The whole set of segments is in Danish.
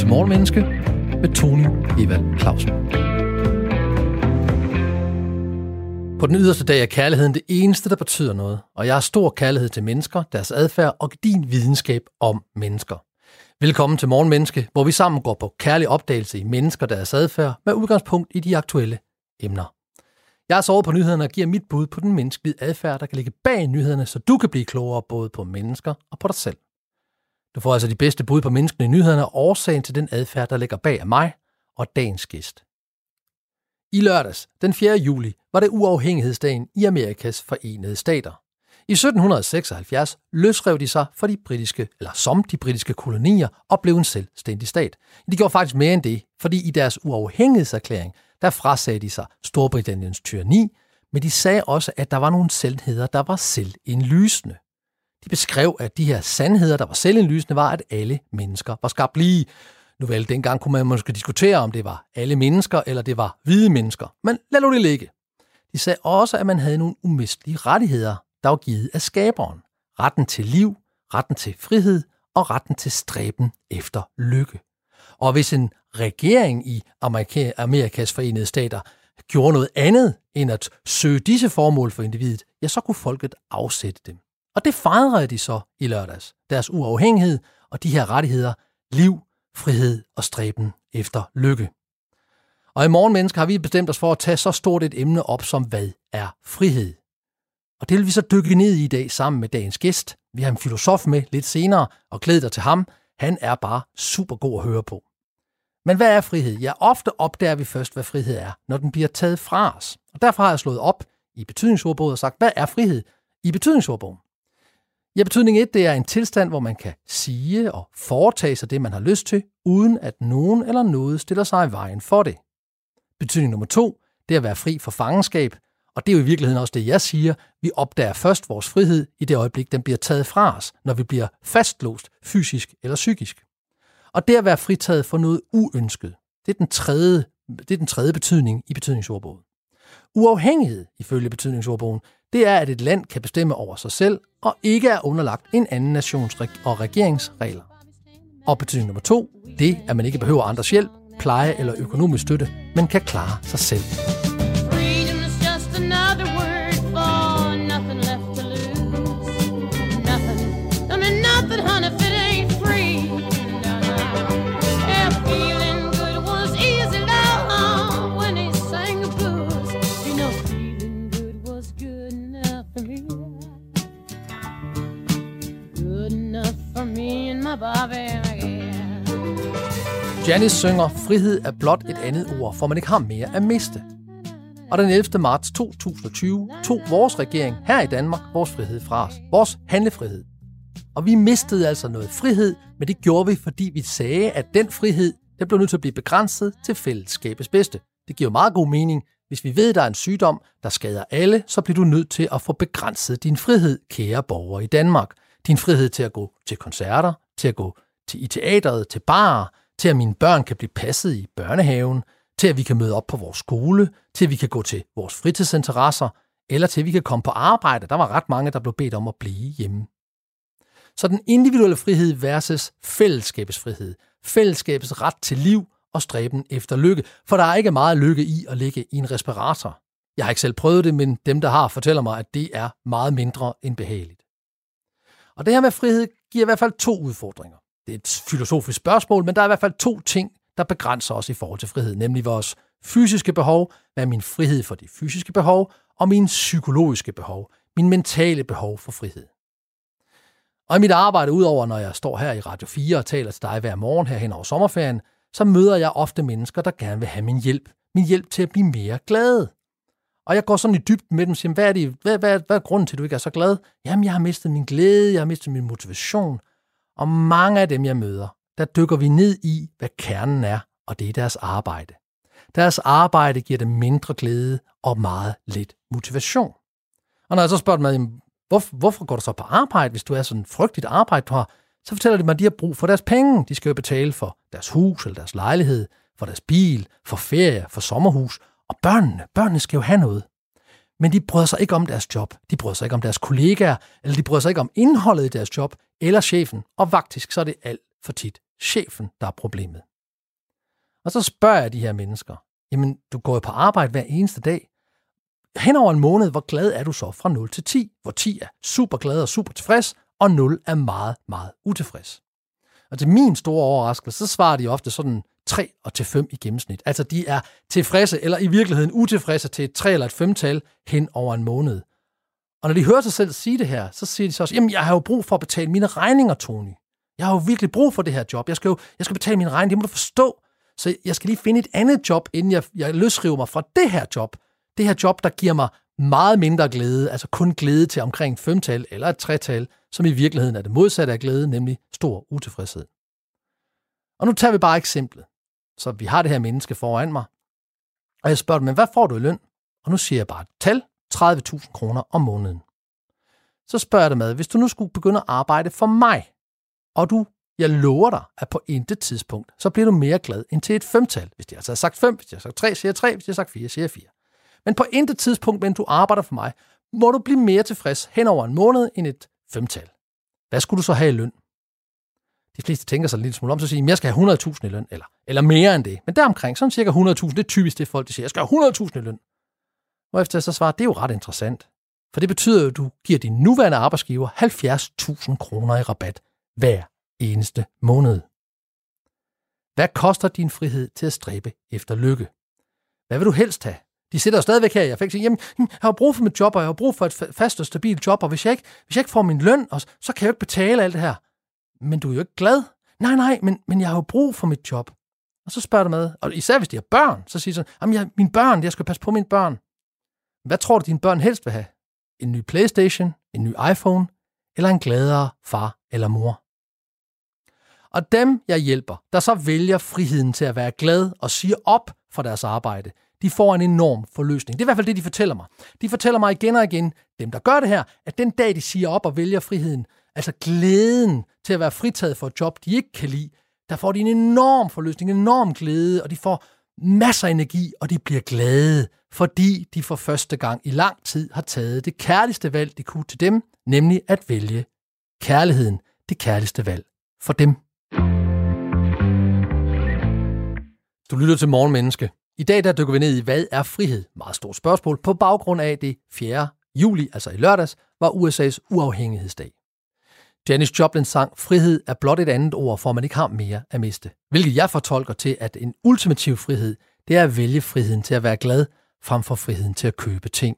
til Morgenmenneske med Tony Evald Clausen. På den yderste dag er kærligheden det eneste, der betyder noget, og jeg har stor kærlighed til mennesker, deres adfærd og din videnskab om mennesker. Velkommen til Morgenmenneske, hvor vi sammen går på kærlig opdagelse i mennesker, deres adfærd med udgangspunkt i de aktuelle emner. Jeg har sovet på nyhederne og giver mit bud på den menneskelige adfærd, der kan ligge bag nyhederne, så du kan blive klogere både på mennesker og på dig selv. Du får altså de bedste bud på menneskene i nyhederne og årsagen til den adfærd, der ligger bag af mig og dagens gæst. I lørdags, den 4. juli, var det uafhængighedsdagen i Amerikas Forenede Stater. I 1776 løsrev de sig fra de britiske kolonier og blev en selvstændig stat. De gjorde faktisk mere end det, fordi i deres uafhængighedserklæring, der frasagde de sig Storbritanniens tyranni, men de sagde også, at der var nogle sandheder, der var selvindlysende. De beskrev, at de her sandheder, der var selvindlysende, var, at alle mennesker var skabt lige. Nu vel, dengang kunne man måske diskutere, om det var alle mennesker, eller det var hvide mennesker. Men lad nu det ligge. De sagde også, at man havde nogle umistelige rettigheder, der var givet af skaberen. Retten til liv, retten til frihed og retten til stræben efter lykke. Og hvis en regering i Amerikas Forenede Stater gjorde noget andet end at søge disse formål for individet, ja, så kunne folket afsætte dem. Og det fejrede de så i lørdags. Deres uafhængighed og de her rettigheder, liv, frihed og stræben efter lykke. Og i Morgenmenneske har vi bestemt os for at tage så stort et emne op som, hvad er frihed? Og det vil vi så dykke ned i dag sammen med dagens gæst. Vi har en filosof med lidt senere, og glæd dig til ham. Han er bare super god at høre på. Men hvad er frihed? Ja, ofte opdager vi først, hvad frihed er, når den bliver taget fra os. Og derfor har jeg slået op i betydningsordbogen og sagt, hvad er frihed i betydningsordbogen? Ja, betydning 1, det er en tilstand, hvor man kan sige og foretage sig det, man har lyst til, uden at nogen eller noget stiller sig i vejen for det. Betydning nummer 2, det er at være fri for fangenskab, og det er jo i virkeligheden også det, jeg siger. Vi opdager først vores frihed i det øjeblik, den bliver taget fra os, når vi bliver fastlåst fysisk eller psykisk. Og det at være fritaget for noget uønsket, det er den tredje betydning i betydningsordbogen. Uafhængighed, ifølge betydningsordbogen, det er, at et land kan bestemme over sig selv og ikke er underlagt en anden nations og regeringsregler. Og betydning nummer 2, det at man ikke behøver andres hjælp, pleje eller økonomisk støtte, men kan klare sig selv. Janis synger, frihed er blot et andet ord, for man ikke har mere at miste. Og den 11. marts 2020 tog vores regering her i Danmark vores frihed fra os. Vores handlefrihed. Og vi mistede altså noget frihed, men det gjorde vi, fordi vi sagde, at den frihed, den blev nødt til at blive begrænset til fællesskabets bedste. Det giver meget god mening. Hvis vi ved, at der er en sygdom, der skader alle, så bliver du nødt til at få begrænset din frihed, kære borgere i Danmark. Din frihed til at gå til koncerter, til at gå i teateret, til barer, til at mine børn kan blive passet i børnehaven, til at vi kan møde op på vores skole, til at vi kan gå til vores fritidsinteresser, eller til at vi kan komme på arbejde. Der var ret mange, der blev bedt om at blive hjemme. Så den individuelle frihed versus fællesskabets frihed. Fællesskabets ret til liv og stræben efter lykke. For der er ikke meget lykke i at ligge i en respirator. Jeg har ikke selv prøvet det, men dem, der har, fortæller mig, at det er meget mindre end behageligt. Og det her med frihed giver i hvert fald 2 udfordringer. Det er et filosofisk spørgsmål, men der er i hvert fald 2 ting, der begrænser os i forhold til frihed, nemlig vores fysiske behov, hvad er min frihed for de fysiske behov, og mine psykologiske behov, min mentale behov for frihed. Og i mit arbejde, udover når jeg står her i Radio 4 og taler til dig hver morgen her hen over sommerferien, så møder jeg ofte mennesker, der gerne vil have min hjælp. Min hjælp til at blive mere glade. Og jeg går sådan i dybden med dem og siger, hvad er grunden til, at du ikke er så glad? Jamen, jeg har mistet min glæde, jeg har mistet min motivation. Og mange af dem, jeg møder, der dykker vi ned i, hvad kernen er, og det er deres arbejde. Deres arbejde giver dem mindre glæde og meget lidt motivation. Og når jeg så spørger dem, hvorfor går du så på arbejde, hvis du er sådan et frygteligt arbejde, du har, så fortæller de mig, at de har brug for deres penge. De skal jo betale for deres hus eller deres lejlighed, for deres bil, for ferie, for sommerhus. Og børnene skal jo have noget. Men de bryder sig ikke om deres job. De bryder sig ikke om deres kollegaer, eller de bryder sig ikke om indholdet i deres job, eller chefen. Og faktisk så er det alt for tit chefen, der er problemet. Og så spørger jeg de her mennesker, jamen du går jo på arbejde hver eneste dag. Hen over en måned, hvor glad er du så fra 0 til 10? Hvor 10 er super glad og super tilfreds, og 0 er meget, meget utilfreds. Og til min store overraskelse, så svarer de ofte sådan 3 og til 5 i gennemsnit. Altså de er tilfredse, eller i virkeligheden utilfredse til et 3 eller et 5-tal hen over en måned. Og når de hører sig selv sige det her, så siger de så også, jamen jeg har jo brug for at betale mine regninger, Tony. Jeg har jo virkelig brug for det her job. Jeg skal betale mine regninger, det må du forstå. Så jeg skal lige finde et andet job, inden jeg løsriver mig fra det her job. Det her job, der giver mig meget mindre glæde, altså kun glæde til omkring 5-tal eller et 3-tal, som i virkeligheden er det modsatte af glæde, nemlig stor utilfredshed. Og nu tager vi bare eksemplet. Så vi har det her menneske foran mig, og jeg spørger dem, men hvad får du i løn? Og nu siger jeg bare et tal, 30.000 kroner om måneden. Så spørger jeg dig, hvis du nu skulle begynde at arbejde for mig, og jeg lover dig, at på intet tidspunkt, så bliver du mere glad end til et 5-tal. Hvis de altså har sagt 5, hvis de har sagt 3, siger jeg 3, hvis de har sagt 4, siger jeg 4. Men på intet tidspunkt, mens du arbejder for mig, må du blive mere tilfreds hen over en måned end et 5-tal. Hvad skulle du så have i løn? De fleste tænker sig en lille smule om, så siger de, jeg skal have 100.000 i løn, eller mere end det. Men deromkring, sådan cirka 100.000, det er typisk det folk, de siger, jeg skal have 100.000 i løn. Hvorefter jeg så svarer, det er jo ret interessant. For det betyder jo, at du giver din nuværende arbejdsgiver 70.000 kroner i rabat hver eneste måned. Hvad koster din frihed til at stræbe efter lykke? Hvad vil du helst have? De sidder jo stadigvæk her i affekt. Jamen, jeg har brug for mit job, og jeg har brug for et fast og stabilt job, og hvis jeg ikke får min løn, så kan jeg jo ikke betale alt det her. Men du er jo ikke glad. Nej, men jeg har jo brug for mit job. Og så spørger du med, og især hvis de har børn, så siger de sådan, jamen mine børn, jeg skal passe på mine børn. Hvad tror du, dine børn helst vil have? En ny PlayStation, en ny iPhone, eller en gladere far eller mor? Og dem, jeg hjælper, der så vælger friheden til at være glad og siger op for deres arbejde, de får en enorm forløsning. Det er i hvert fald det, de fortæller mig. De fortæller mig igen og igen, dem der gør det her, at den dag, de siger op og vælger friheden, altså glæden til at være fritaget for et job, de ikke kan lide, der får de en enorm forløsning, en enorm glæde, og de får masser af energi, og de bliver glade, fordi de for første gang i lang tid har taget det kærligste valg, de kunne til dem, nemlig at vælge kærligheden, det kærligste valg for dem. Du lytter til Morgenmenneske. I dag der dykker vi ned i, hvad er frihed? Meget stort spørgsmål på baggrund af det 4. juli, altså i lørdags, var USA's uafhængighedsdag. Janis Joplin sang, frihed er blot et andet ord, for man ikke har mere at miste. Hvilket jeg fortolker til, at en ultimativ frihed, det er at vælge friheden til at være glad, frem for friheden til at købe ting.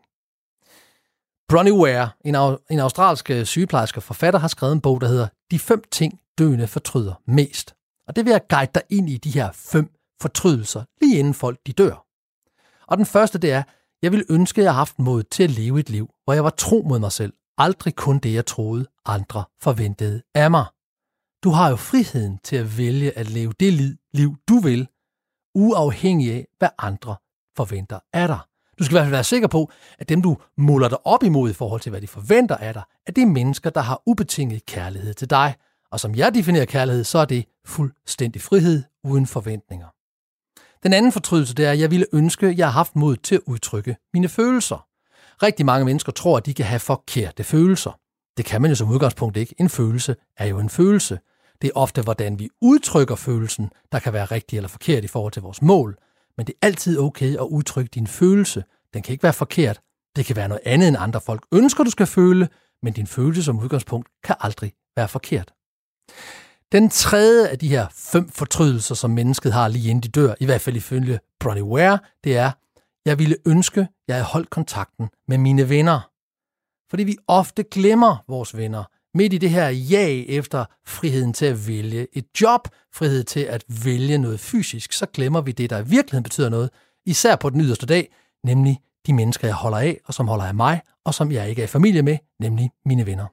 Bronnie Ware, en australsk sygeplejerske og forfatter, har skrevet en bog, der hedder De 5 ting, døende fortryder mest. Og det vil jeg guide dig ind i de her 5 fortrydelser, lige inden folk de dør. Og den første, det er, jeg ville ønske, at jeg havde haft mod til at leve et liv, hvor jeg var tro mod mig selv. Aldrig kun det, jeg troede, andre forventede af mig. Du har jo friheden til at vælge at leve det liv, du vil, uafhængig af, hvad andre forventer af dig. Du skal i hvert fald være sikker på, at dem, du måler dig op imod i forhold til, hvad de forventer af dig, at det er mennesker, der har ubetinget kærlighed til dig. Og som jeg definerer kærlighed, så er det fuldstændig frihed uden forventninger. Den anden fortrydelse, det er, at jeg ville ønske, at jeg har haft mod til at udtrykke mine følelser. Rigtig mange mennesker tror, at de kan have forkerte følelser. Det kan man jo som udgangspunkt ikke. En følelse er jo en følelse. Det er ofte, hvordan vi udtrykker følelsen, der kan være rigtig eller forkert i forhold til vores mål. Men det er altid okay at udtrykke din følelse. Den kan ikke være forkert. Det kan være noget andet, end andre folk ønsker, du skal føle, men din følelse som udgangspunkt kan aldrig være forkert. Den tredje af de her 5 fortrydelser, som mennesket har lige inden de dør, i hvert fald ifølge Bronnie Ware, det er, jeg ville ønske, jeg havde holdt kontakten med mine venner. Fordi vi ofte glemmer vores venner. Midt i det her jag efter friheden til at vælge et job, frihed til at vælge noget fysisk, så glemmer vi det, der i virkeligheden betyder noget, især på den yderste dag, nemlig de mennesker, jeg holder af, og som holder af mig, og som jeg ikke er i familie med, nemlig mine venner.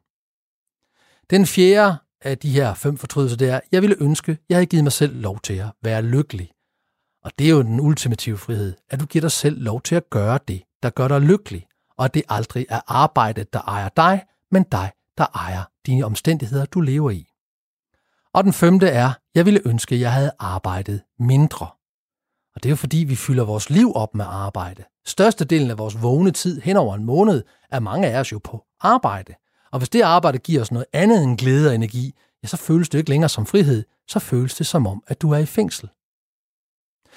Den fjerde af de her 5 fortrydelser, det er, jeg ville ønske, jeg havde givet mig selv lov til at være lykkelig. Og det er jo den ultimative frihed, at du giver dig selv lov til at gøre det, der gør dig lykkelig, og at det aldrig er arbejdet, der ejer dig, men dig, der ejer dine omstændigheder, du lever i. Og den 5. er, jeg ville ønske, jeg havde arbejdet mindre. Og det er jo fordi, vi fylder vores liv op med arbejde. Størstedelen af vores vågne tid hen over en måned er mange af os jo på arbejde. Og hvis det arbejde giver os noget andet end glæde og energi, ja, så føles det ikke længere som frihed, så føles det som om, at du er i fængsel.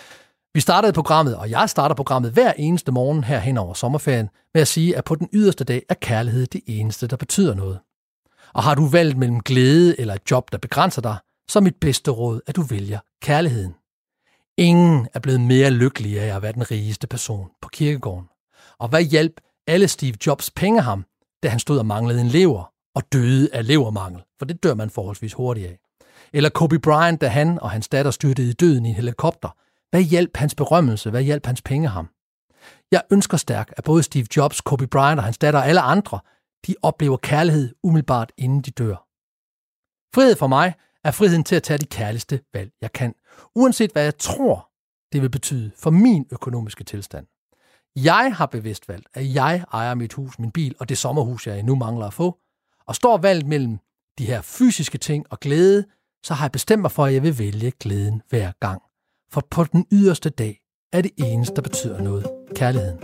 Vi startede programmet, og jeg starter programmet hver eneste morgen her hen over sommerferien, med at sige, at på den yderste dag er kærlighed det eneste, der betyder noget. Og har du valgt mellem glæde eller et job, der begrænser dig, så er mit bedste råd, at du vælger kærligheden. Ingen er blevet mere lykkelig af at være den rigeste person på kirkegården. Og hvad hjalp alle Steve Jobs penge ham, da han stod og manglede en lever og døde af levermangel? For det dør man forholdsvis hurtigt af. Eller Kobe Bryant, da han og hans datter styrtede i døden i en helikopter. Hvad hjalp hans berømmelse? Hvad hjalp hans penge ham? Jeg ønsker stærkt, at både Steve Jobs, Kobe Bryant og hans datter og alle andre, de oplever kærlighed umiddelbart inden de dør. Frihed for mig er friheden til at tage de kærligste valg, jeg kan, uanset hvad jeg tror, det vil betyde for min økonomiske tilstand. Jeg har bevidst valgt, at jeg ejer mit hus, min bil og det sommerhus, jeg nu mangler at få, og står valgt mellem de her fysiske ting og glæde, så har jeg bestemt mig for, at jeg vil vælge glæden hver gang. For på den yderste dag er det eneste, der betyder noget, kærligheden.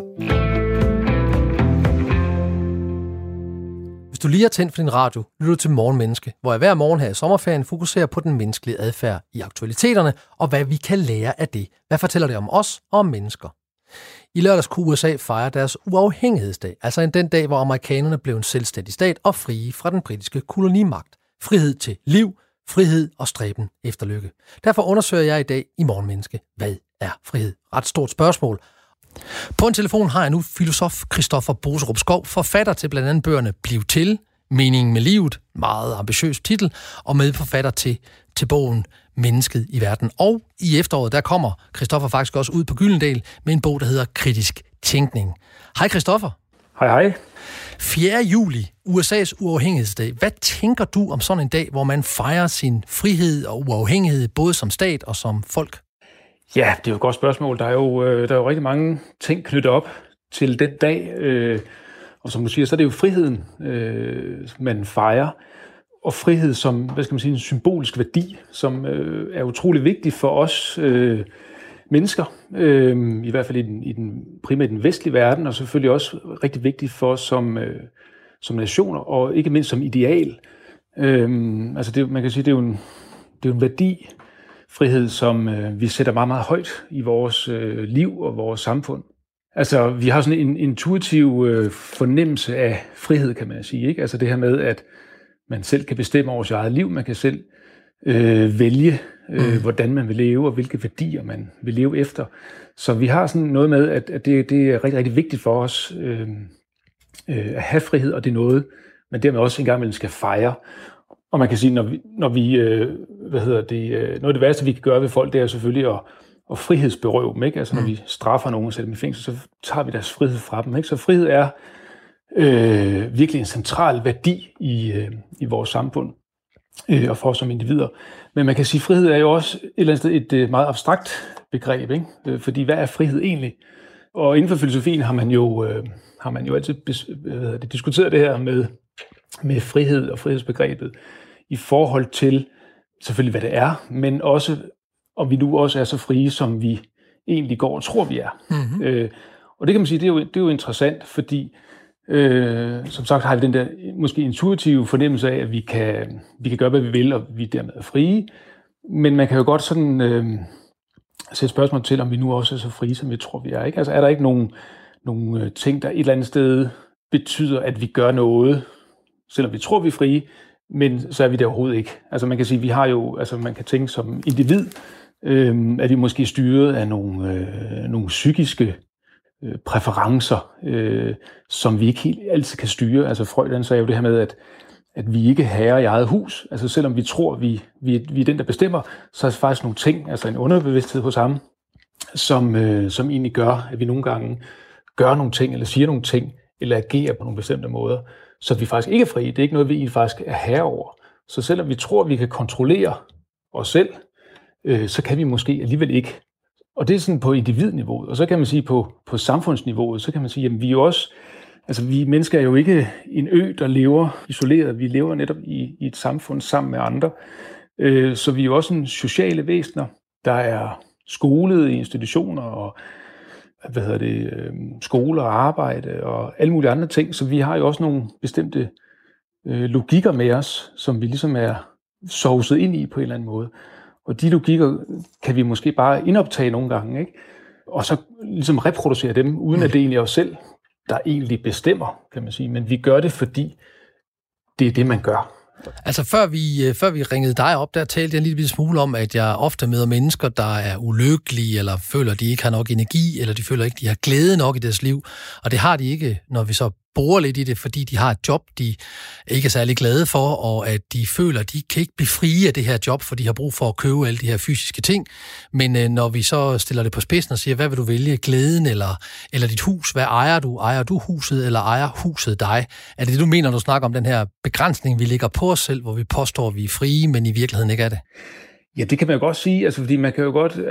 Hvis du lige har tændt for din radio, lytter du til Morgenmenneske, hvor jeg hver morgen her i sommerferien fokuserer på den menneskelige adfærd i aktualiteterne, og hvad vi kan lære af det. Hvad fortæller det om os og om mennesker? I lørdags kunne USA fejre deres uafhængighedsdag, altså den dag, hvor amerikanerne blev en selvstændig stat og frie fra den britiske kolonimagt. Frihed til liv, frihed og stræben efter lykke. Derfor undersøger jeg i dag i Morgenmenneske, hvad er frihed? Ret stort spørgsmål. På en telefon har jeg nu filosof Christoffer Boserup Skov, forfatter til blandt andet bøgerne Bliv til, Meningen med livet, meget ambitiøs titel, og medforfatter til bogen Mennesket i verden. Og i efteråret, der kommer Christoffer faktisk også ud på Gyldendal med en bog, der hedder Kritisk tænkning. Hej Christoffer. Hej. 4. juli, USA's uafhængighedsdag. Hvad tænker du om sådan en dag, hvor man fejrer sin frihed og uafhængighed, både som stat og som folk? Ja, det er jo et godt spørgsmål. Der er jo rigtig mange ting knyttet op til den dag. Og som du siger, så er det jo friheden, man fejrer. Og frihed som, hvad skal man sige, en symbolsk værdi, som er utrolig vigtig for os mennesker. I hvert fald primært i den vestlige verden, og selvfølgelig også rigtig vigtig for os som nationer, og ikke mindst som ideal. Man kan sige, det er jo en værdi, frihed, som vi sætter meget, meget højt i vores liv og vores samfund. Altså, vi har sådan en intuitiv fornemmelse af frihed, kan man sige, ikke? Altså det her med, at man selv kan bestemme over sit eget liv, man kan selv vælge, hvordan man vil leve, og hvilke værdier man vil leve efter. Så vi har sådan noget med, at det er rigtig, rigtig vigtigt for os at have frihed, og det er noget, man dermed også engang imellem skal fejre. Og man kan sige, når vi noget af det værste, vi kan gøre ved folk, det er selvfølgelig at frihedsberøve dem, ikke? Altså når vi straffer nogen og sætter dem i fængsel, så tager vi deres frihed fra dem, ikke? Så frihed er virkelig en central værdi i vores samfund og for os som individer. Men man kan sige, at frihed er jo også et eller andet sted et meget abstrakt begreb, ikke? Fordi hvad er frihed egentlig? Og inden for filosofien har man jo altid diskuteret det her med frihed og frihedsbegrebet i forhold til selvfølgelig, hvad det er, men også, om vi nu også er så frie, som vi egentlig går og tror, vi er. Mm-hmm. Og det kan man sige, det er jo interessant, fordi som sagt har vi den der måske intuitive fornemmelse af, at vi kan gøre, hvad vi vil, og vi dermed er frie. Men man kan jo godt sådan sætte spørgsmål til, om vi nu også er så frie, som vi tror, vi er. Ikke? Altså er der ikke nogle ting, der et eller andet sted betyder, at vi gør noget, selvom vi tror, vi er frie, men så er vi det overhovedet ikke. Altså man kan sige, vi har jo, altså man kan tænke som individ, at vi måske styret af nogle psykiske præferencer, som vi ikke helt altid kan styre. Altså Freud han sagde jo det her med, at vi ikke er herre i eget hus. Altså selvom vi tror, vi er den, der bestemmer, så er der faktisk nogle ting, altså en underbevidsthed hos ham, som egentlig gør, at vi nogle gange gør nogle ting, eller siger nogle ting, eller agerer på nogle bestemte måder, så vi faktisk ikke er frie. Det er ikke noget, vi egentlig faktisk er herre over. Så selvom vi tror, vi kan kontrollere os selv, så kan vi måske alligevel ikke. Og det er sådan på individniveauet. Og så kan man sige på samfundsniveauet, så kan man sige, at vi jo også, altså vi mennesker er jo ikke en ø, der lever isoleret. Vi lever netop i et samfund sammen med andre. Så vi er jo også en sociale væsener, der er skolet i institutioner og skoler og arbejde og alle mulige andre ting. Så vi har jo også nogle bestemte logikker med os, som vi ligesom er sovset ind i på en eller anden måde. Og de logikker kan vi måske bare indoptage nogle gange, ikke? og så ligesom reproducere dem, uden at det egentlig er os selv, der egentlig bestemmer, kan man sige. Men vi gør det, fordi det er det, man gør. Altså før vi ringede dig op, der talte jeg en lille smule om, at jeg ofte møder mennesker, der er ulykkelige, eller føler, at de ikke har nok energi, eller de føler ikke, de har glæde nok i deres liv. Og det har de ikke, når vi så borer lidt i det, fordi de har et job, de ikke er særlig glade for, og at de føler, at de kan ikke blive frie af det her job, for de har brug for at købe alle de her fysiske ting. Men når vi så stiller det på spidsen og siger, hvad vil du vælge? Glæden eller dit hus? Hvad ejer du? Ejer du huset, eller ejer huset dig? Er det du mener, når du snakker om den her begrænsning, vi lægger på os selv, hvor vi påstår, at vi er frie, men i virkeligheden ikke er det? Ja, det kan man jo godt sige, altså, fordi man kan jo godt,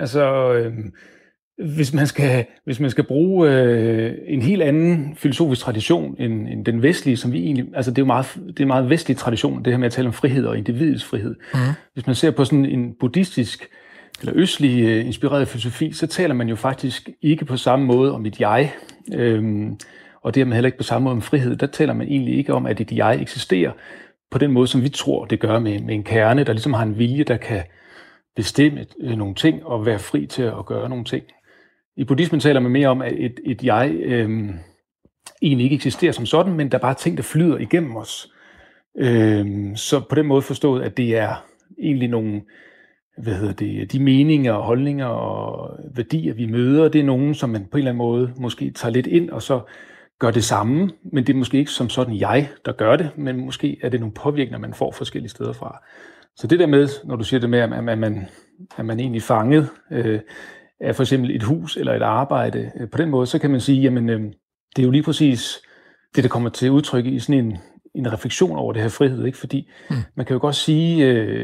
hvis man skal bruge en helt anden filosofisk tradition end den vestlige, som vi egentlig, altså det er meget vestlig tradition, det her med at tale om frihed og individets frihed. Hvis man ser på sådan en buddhistisk eller østlig inspireret filosofi, så taler man jo faktisk ikke på samme måde om et jeg, og dermed heller ikke på samme måde om frihed. Der taler man egentlig ikke om, at et jeg eksisterer på den måde, som vi tror, det gør med en kerne, der ligesom har en vilje, der kan bestemme nogle ting og være fri til at gøre nogle ting. I buddhismen taler man mere om, at et jeg egentlig ikke eksisterer som sådan, men der er bare ting, der flyder igennem os. Så på den måde forstået, at det er egentlig nogle, de meninger og holdninger og værdier, vi møder, det er nogen, som man på en eller anden måde måske tager lidt ind, og så gør det samme, men det er måske ikke som sådan jeg, der gør det, men måske er det nogle påvirkninger, man får forskellige steder fra. Så det der med, når du siger det med, at man egentlig fanget af for eksempel et hus eller et arbejde, på den måde, så kan man sige, jamen det er jo lige præcis det, der kommer til udtryk i sådan en refleksion over det her frihed, ikke? Fordi man kan jo godt sige,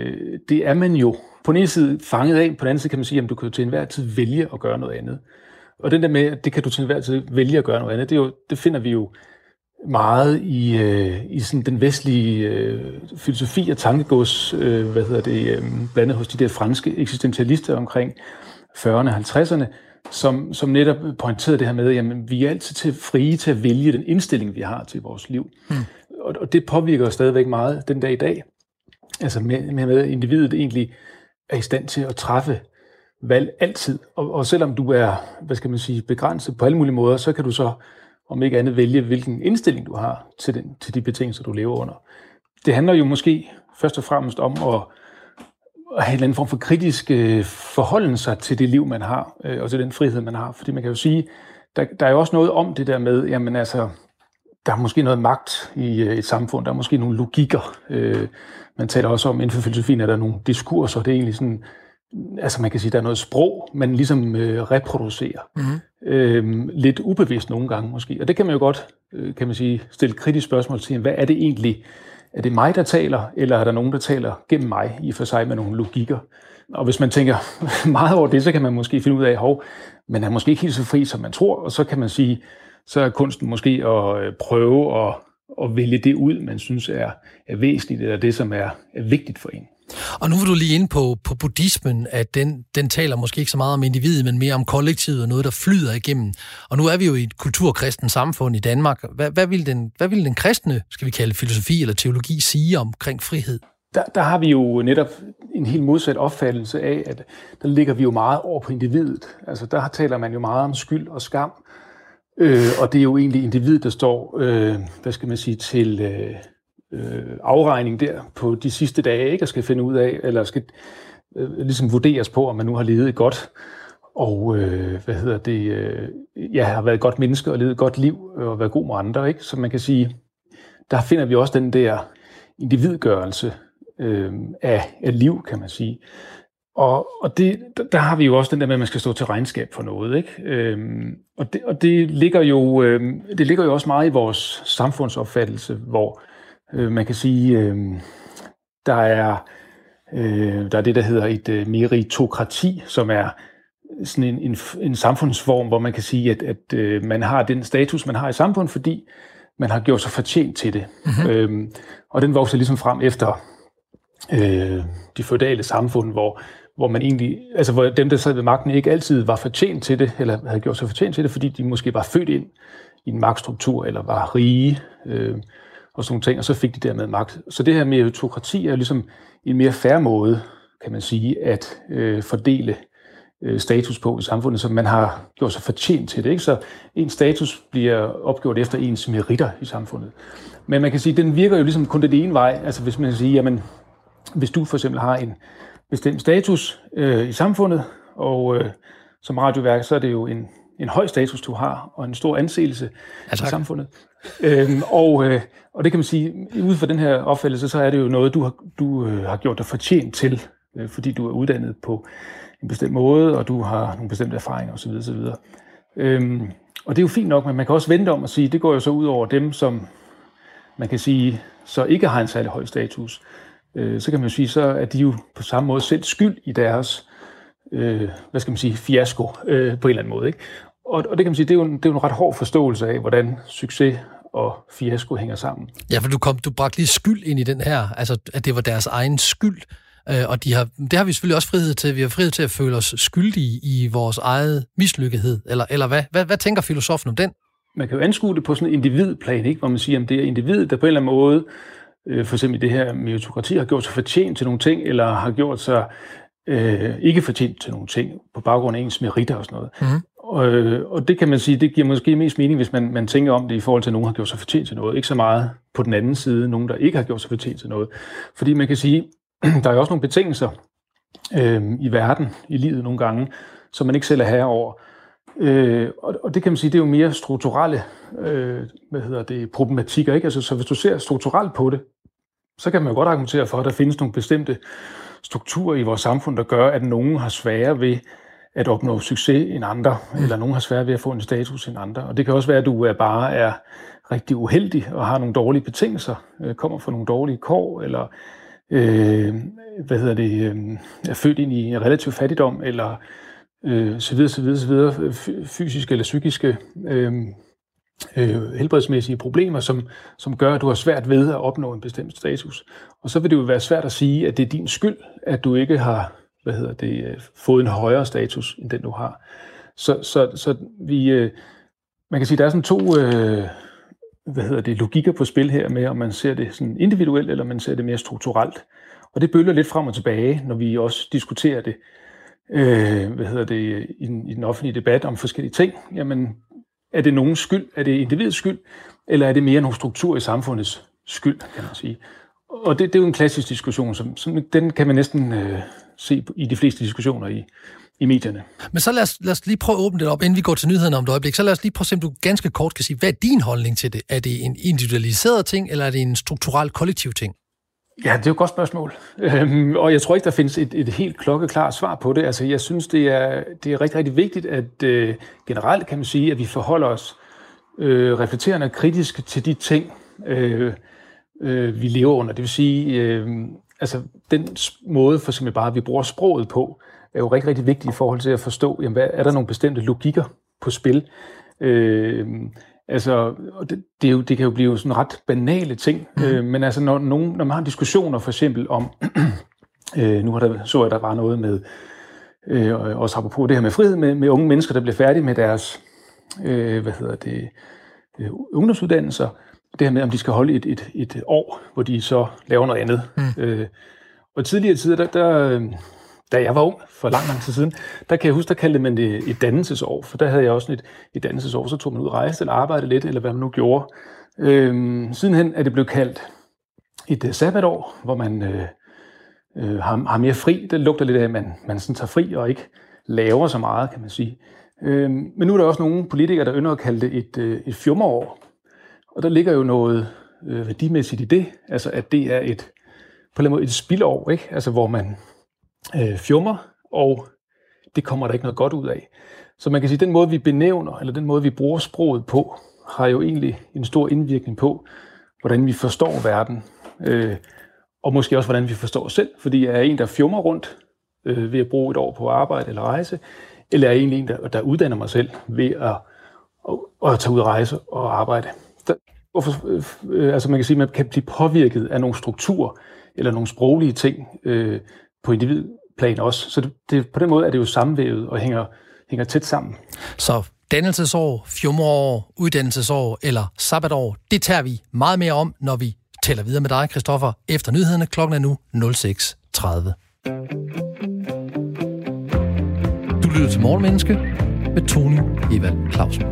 det er man jo på den ene side fanget af, på den anden side kan man sige, at du kan jo til enhver tid vælge at gøre noget andet. Og den der med, at det kan du til enhver tid vælge at gøre noget andet, det finder vi jo meget i sådan den vestlige filosofi og tankegods, blandt andet hos de der franske eksistentialister omkring 40'erne og 50'erne, som netop pointerede det her med, jamen vi er altid frie til at vælge den indstilling, vi har til vores liv. Og det påvirker stadigvæk meget den dag i dag. Altså med at individet egentlig er i stand til at træffe valg altid. Og selvom du er, begrænset på alle mulige måder, så kan du så om ikke andet vælge, hvilken indstilling du har til de betingelser, du lever under. Det handler jo måske først og fremmest om at have en eller anden form for kritisk forholden sig til det liv, man har, og til den frihed, man har. Fordi man kan jo sige, der er jo også noget om det der med, jamen altså, der er måske noget magt i et samfund, der er måske nogle logikker. Man taler også om, inden for filosofien, at der er nogle diskurser, det er egentlig sådan, altså man kan sige, der er noget sprog, man ligesom reproducerer. Lidt ubevidst nogle gange måske. Og det kan man jo godt, kan man sige, stille kritisk spørgsmål til, hvad er det egentlig? Er det mig, der taler, eller er der nogen, der taler gennem mig, i for sig med nogle logikker? Og hvis man tænker meget over det, så kan man måske finde ud af, at man er måske ikke helt så fri, som man tror, og så kan man sige, så er kunsten måske at prøve at vælge det ud, man synes er væsentligt, eller det, som er vigtigt for en. Og nu vil du lige ind på buddhismen, at den taler måske ikke så meget om individet, men mere om kollektivet og noget, der flyder igennem. Og nu er vi jo i et kulturkristen samfund i Danmark. Hvad vil den kristne, skal vi kalde filosofi eller teologi, sige omkring frihed? Der har vi jo netop en helt modsat opfattelse af, at der ligger vi jo meget over på individet. Altså der taler man jo meget om skyld og skam, og det er jo egentlig individet, der står, til afregning der på de sidste dage, ikke? Og skal finde ud af, eller skal ligesom vurderes på, om man nu har levet et godt, og har været et godt menneske og levet et godt liv, og været god med andre, ikke? Så man kan sige, der finder vi også den der individgørelse af liv, kan man sige. Og der har vi jo også den der med, at man skal stå til regnskab for noget, ikke? Og det ligger jo også meget i vores samfundsopfattelse, hvor man kan sige, der er det, der hedder et meritokrati, som er sådan en samfundsform, hvor man kan sige, at man har den status, man har i samfundet, fordi man har gjort sig fortjent til det. Og den vokser ligesom frem efter de feudale samfund, hvor man egentlig, altså hvor dem, der sad ved magten, ikke altid var fortjent til det, eller havde gjort sig fortjent til det, fordi de måske var født ind i en magtstruktur, eller var rige, og sådan nogle ting, og så fik de dermed magt. Så det her meritokrati er ligesom en mere fair måde, kan man sige, at fordele status på i samfundet, som man har gjort sig fortjent til det. Ikke? Så en status bliver opgjort efter ens meritter i samfundet. Men man kan sige, at den virker jo ligesom kun den ene vej. Altså hvis man kan sige, jamen, hvis du for eksempel har en bestemt status i samfundet, og som radioværk, så er det jo en høj status, du har, og en stor anseelse i samfundet. Og det kan man sige, ud fra den her opfattelse, så er det jo noget, du har gjort dig fortjent til, fordi du er uddannet på en bestemt måde, og du har nogle bestemte erfaringer osv. osv. Og det er jo fint nok, men man kan også vente om at sige, det går jo så ud over dem, som man kan sige, så ikke har en særlig høj status. Så kan man jo sige, så er de jo på samme måde selv skyld i deres fiasko på en eller anden måde. Ikke? Og det kan man sige, det er jo en ret hård forståelse af, hvordan succes og fiasko hænger sammen. Ja, for du bragte lige skyld ind i den her, altså at det var deres egen skyld, og det har vi selvfølgelig også frihed til. Vi har frihed til at føle os skyldige i vores eget mislykkethed, eller hvad tænker filosofen om den? Man kan jo anskue det på sådan en individplan, ikke? Hvor man siger, at det er individet, der på en eller anden måde, for eksempel i det her meritokrati, har gjort sig fortjent til nogle ting, eller har gjort sig ikke fortjent til nogle ting, på baggrund af ens meritter og sådan noget. Mm-hmm. Og det kan man sige, det giver måske mest mening, hvis man tænker om det i forhold til, at nogen har gjort sig fortjent til noget. Ikke så meget på den anden side, nogen der ikke har gjort sig fortjent til noget. Fordi man kan sige, der er jo også nogle betingelser i verden, i livet nogle gange, som man ikke selv er herre over. Og det kan man sige, det er jo mere strukturelle problematikker. Ikke? Altså, så hvis du ser strukturelt på det, så kan man jo godt argumentere for, at der findes nogle bestemte strukturer i vores samfund, der gør, at nogen har sværere ved at opnå succes end andre, eller nogen har sværere ved at få en status end andre. Og det kan også være, at du bare er rigtig uheldig og har nogle dårlige betingelser, kommer fra nogle dårlige kår, eller er født ind i en relativ fattigdom, eller så videre, fysiske eller psykiske helbredsmæssige problemer, som gør, at du har svært ved at opnå en bestemt status. Og så vil det jo være svært at sige, at det er din skyld, at du ikke har fået en højere status, end den du har. Så vi, man kan sige, der er sådan to logikker på spil her med, om man ser det sådan individuelt, eller man ser det mere strukturelt. Og det bølger lidt frem og tilbage, når vi også diskuterer det, i den offentlige debat om forskellige ting. Jamen, er det nogens skyld? Er det individets skyld? Eller er det mere nogle strukturer i samfundets skyld, kan man sige? Og det er jo en klassisk diskussion, som den kan man næsten se i de fleste diskussioner i medierne. Men så lad os lige prøve at åbne det op, inden vi går til nyhederne om et øjeblik. Så lad os lige prøve at se, om du ganske kort kan sige, hvad er din holdning til det? Er det en individualiseret ting, eller er det en strukturel kollektiv ting? Ja, det er jo et godt spørgsmål. Og jeg tror ikke, der findes et helt klokkeklart svar på det. Altså, jeg synes, det er rigtig, rigtig vigtigt, at generelt kan man sige, at vi forholder os reflekterende og kritisk til de ting, vi lever under. Det vil sige, den måde, for eksempel bare, at vi bruger sproget på, er jo rigtig, rigtig vigtigt i forhold til at forstå, jamen, hvad er der nogle bestemte logikker på spil. Det kan jo blive sådan ret banale ting, men altså når man har diskussioner for eksempel om, der var noget med, også apropos det her med frihed, med unge mennesker, der bliver færdige med deres, ungdomsuddannelser, det her med, om de skal holde et år, hvor de så laver noget andet. Og tidligere tider, da jeg var ung, for lang tid siden, der kan jeg huske, der kaldte man det et dannelsesår, for der havde jeg også et dannelsesår, så tog man ud og rejse, eller arbejdede lidt, eller hvad man nu gjorde. Sidenhen er det blevet kaldt et sabbatår, hvor man har mere fri. Det lugter lidt af, at man sådan tager fri og ikke laver så meget, kan man sige. Men nu er der også nogle politikere, der ynder at kalde det et fjummerår. Og der ligger jo noget værdimæssigt i det, altså at det er på en eller anden måde et spildår, ikke? Altså hvor man fjummer, og det kommer der ikke noget godt ud af. Så man kan sige, at den måde, vi benævner, eller den måde, vi bruger sproget på, har jo egentlig en stor indvirkning på, hvordan vi forstår verden, og måske også, hvordan vi forstår os selv. Fordi er en, der fjummer rundt ved at bruge et år på arbejde eller rejse, eller er egentlig en, der uddanner mig selv ved at tage ud og rejse og arbejde. Man kan sige, at man kan blive påvirket af nogle strukturer, eller nogle sproglige ting, på individplan også. Så på den måde er det jo sammenvævet og hænger tæt sammen. Så dannelsesår, fjumreår, uddannelsesår eller sabbatår, det tager vi meget mere om, når vi taler videre med dig, Christoffer, efter nyhederne. Klokken er nu 06:30. Du lytter til Morgenmenneske med Tony Evald Clausen.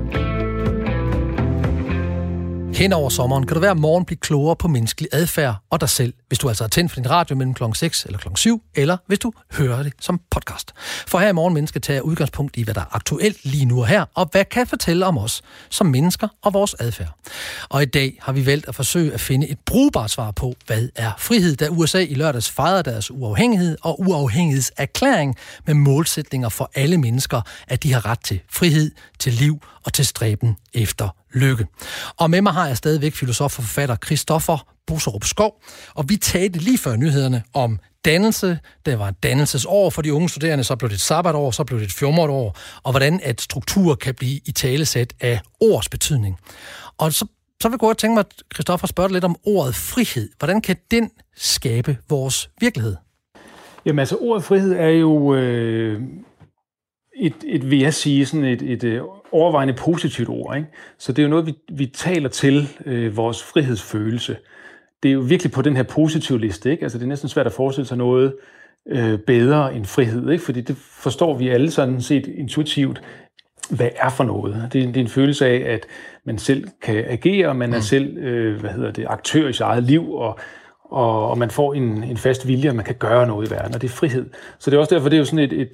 Hen over sommeren kan du hver morgen blive klogere på menneskelig adfærd og dig selv, hvis du altså har tændt for din radio mellem kl. 6 eller kl. 7, eller hvis du hører det som podcast. For her i Morgenmenneske tager jeg udgangspunkt i, hvad der er aktuelt lige nu og her, og hvad kan fortælle om os som mennesker og vores adfærd. Og i dag har vi valgt at forsøge at finde et brugbart svar på, hvad er frihed, da USA i lørdags fejrede deres uafhængighed og uafhængighedserklæring med målsætninger for alle mennesker, at de har ret til frihed, til liv og til stræben efter lykke. Og med mig har jeg stadigvæk filosof og forfatter Christoffer Boserup Skov, og vi talte lige før nyhederne om dannelse. Det var et dannelsesår for de unge studerende, så blev det et sabbatår, så blev det et fjumreår, og hvordan at strukturer kan blive italesat af ords betydning. Og så vil jeg godt tænke mig, Christoffer, spørge lidt om ordet frihed. Hvordan kan den skabe vores virkelighed? Jamen altså, ordet frihed er jo vil jeg sige, sådan et overvejende positivt ord, ikke? Så det er jo noget, vi taler til vores frihedsfølelse. Det er jo virkelig på den her positive liste, ikke? Altså det er næsten svært at forestille sig noget bedre end frihed, ikke? Fordi det forstår vi alle sådan set intuitivt, hvad er for noget. Det er en følelse af, at man selv kan agere, og man er selv aktør i sit eget liv, og man får en fast vilje, og man kan gøre noget i verden, og det er frihed. Så det er også derfor, det er jo sådan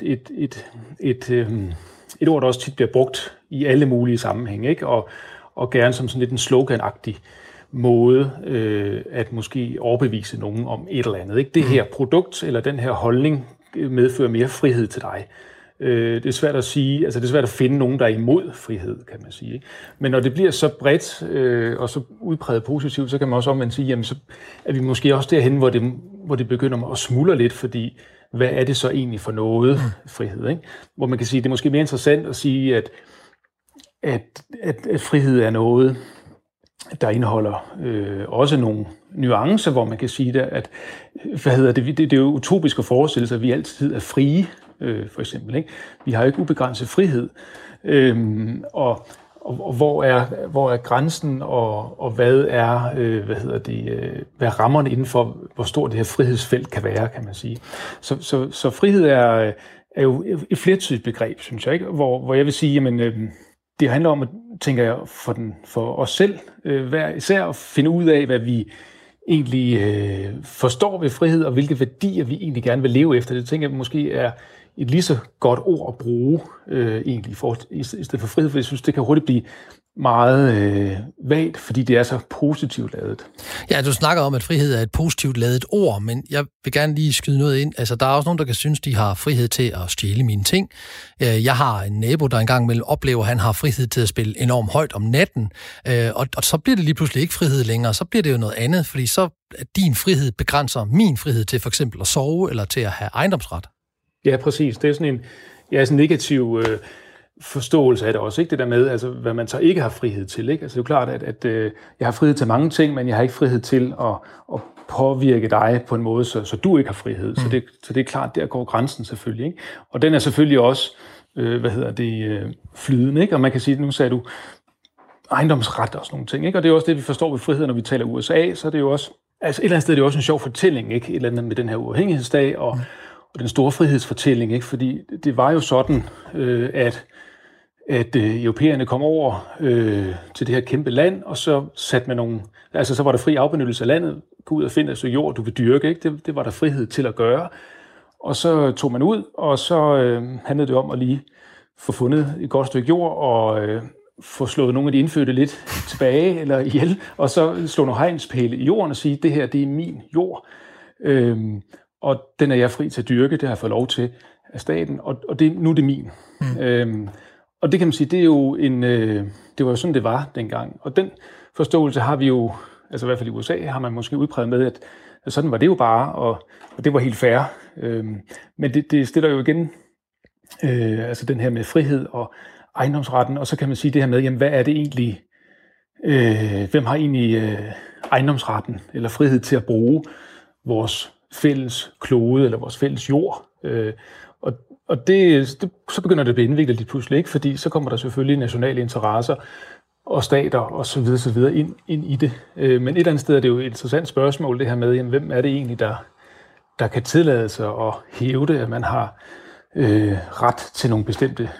et ord, der også tit bliver brugt i alle mulige sammenhænge, ikke? Og gerne som sådan lidt en slogan-agtig måde at måske overbevise nogen om et eller andet, ikke? Det her produkt eller den her holdning medfører mere frihed til dig. Det er svært at sige, altså det er svært at finde nogen, der er imod frihed, kan man sige, ikke? Men når det bliver så bredt og så udpræget positivt, så kan man også omvendt sige, jamen så er vi måske også derhen, hvor det begynder at smuldre lidt, fordi hvad er det så egentlig for noget frihed, ikke? Hvor man kan sige, det er måske mere interessant at sige, at frihed er noget, der indeholder også nogle nuancer, hvor man kan sige, at det er jo utopisk at forestille sig, at vi altid er frie, for eksempel, ikke? Vi har jo ikke ubegrænset frihed, og hvor er grænsen, og hvad er hvad er rammerne inden for, hvor stort det her frihedsfelt kan være, kan man sige. Så frihed er jo et flertydigt begreb, synes jeg, ikke? Hvor jeg vil sige, jamen det handler om, tænker jeg, for os selv, hver især at finde ud af, hvad vi egentlig forstår ved frihed, og hvilke værdier vi egentlig gerne vil leve efter. Det tænker jeg måske er et lige så godt ord at bruge egentlig i stedet for frihed, for jeg synes, det kan hurtigt blive meget vagt, fordi det er så positivt ladet. Ja, du snakker om, at frihed er et positivt ladet ord, men jeg vil gerne lige skyde noget ind. Altså, der er også nogen, der kan synes, de har frihed til at stjæle mine ting. Jeg har en nabo, der engang mellem oplever, at han har frihed til at spille enormt højt om natten, og så bliver det lige pludselig ikke frihed længere, så bliver det jo noget andet, fordi så din frihed begrænser min frihed til for eksempel at sove, eller til at have ejendomsret. Ja, præcis. Det er sådan en negativ forståelse af det også, ikke? Det der med, altså, hvad man så ikke har frihed til, ikke? Altså, det er jo klart, at jeg har frihed til mange ting, men jeg har ikke frihed til at påvirke dig på en måde, så du ikke har frihed. Så det er klart, der går grænsen selvfølgelig, ikke? Og den er selvfølgelig også, flydende, ikke? Og man kan sige, nu sagde du ejendomsret og sådan nogle ting, ikke? Og det er også det, vi forstår ved frihed, når vi taler USA, så er det jo også, altså et eller andet sted er det også en sjov fortælling, ikke? Et eller andet med den her uafhængighedsdag og den store frihedsfortælling, ikke? Fordi det var jo sådan, at europæerne kom over til det her kæmpe land, og så satte man så var der fri afbenyttelse af landet, gå ud og finde altså jord, du vil dyrke, ikke? Det var der frihed til at gøre. Og så tog man ud, og så handlede det om at lige få fundet et godt stykke jord, og få slået nogle af de indfødte lidt tilbage, eller ihjel, og så slå nogle hegnspæle i jorden og sige, det her, det er min jord. Og den er jeg fri til at dyrke, det har jeg fået lov til af staten, og nu er det min. Og det kan man sige, det er jo det var jo sådan, det var dengang. Og den forståelse har vi jo, altså i hvert fald i USA, har man måske udpræget med, at sådan var det jo bare, og det var helt fair. Men det stiller jo igen, altså den her med frihed og ejendomsretten, og så kan man sige det her med, jamen hvad er det egentlig, hvem har egentlig ejendomsretten eller frihed til at bruge vores fælles klode eller vores fælles jord. Og så begynder det at blive indviklet lidt pludselig, ikke? Fordi så kommer der selvfølgelig nationale interesser og stater og så videre ind i det. Men et eller andet sted er det jo et interessant spørgsmål, det her med, jamen, hvem er det egentlig, der kan tillade sig at hævde, at man har ret til nogle bestemte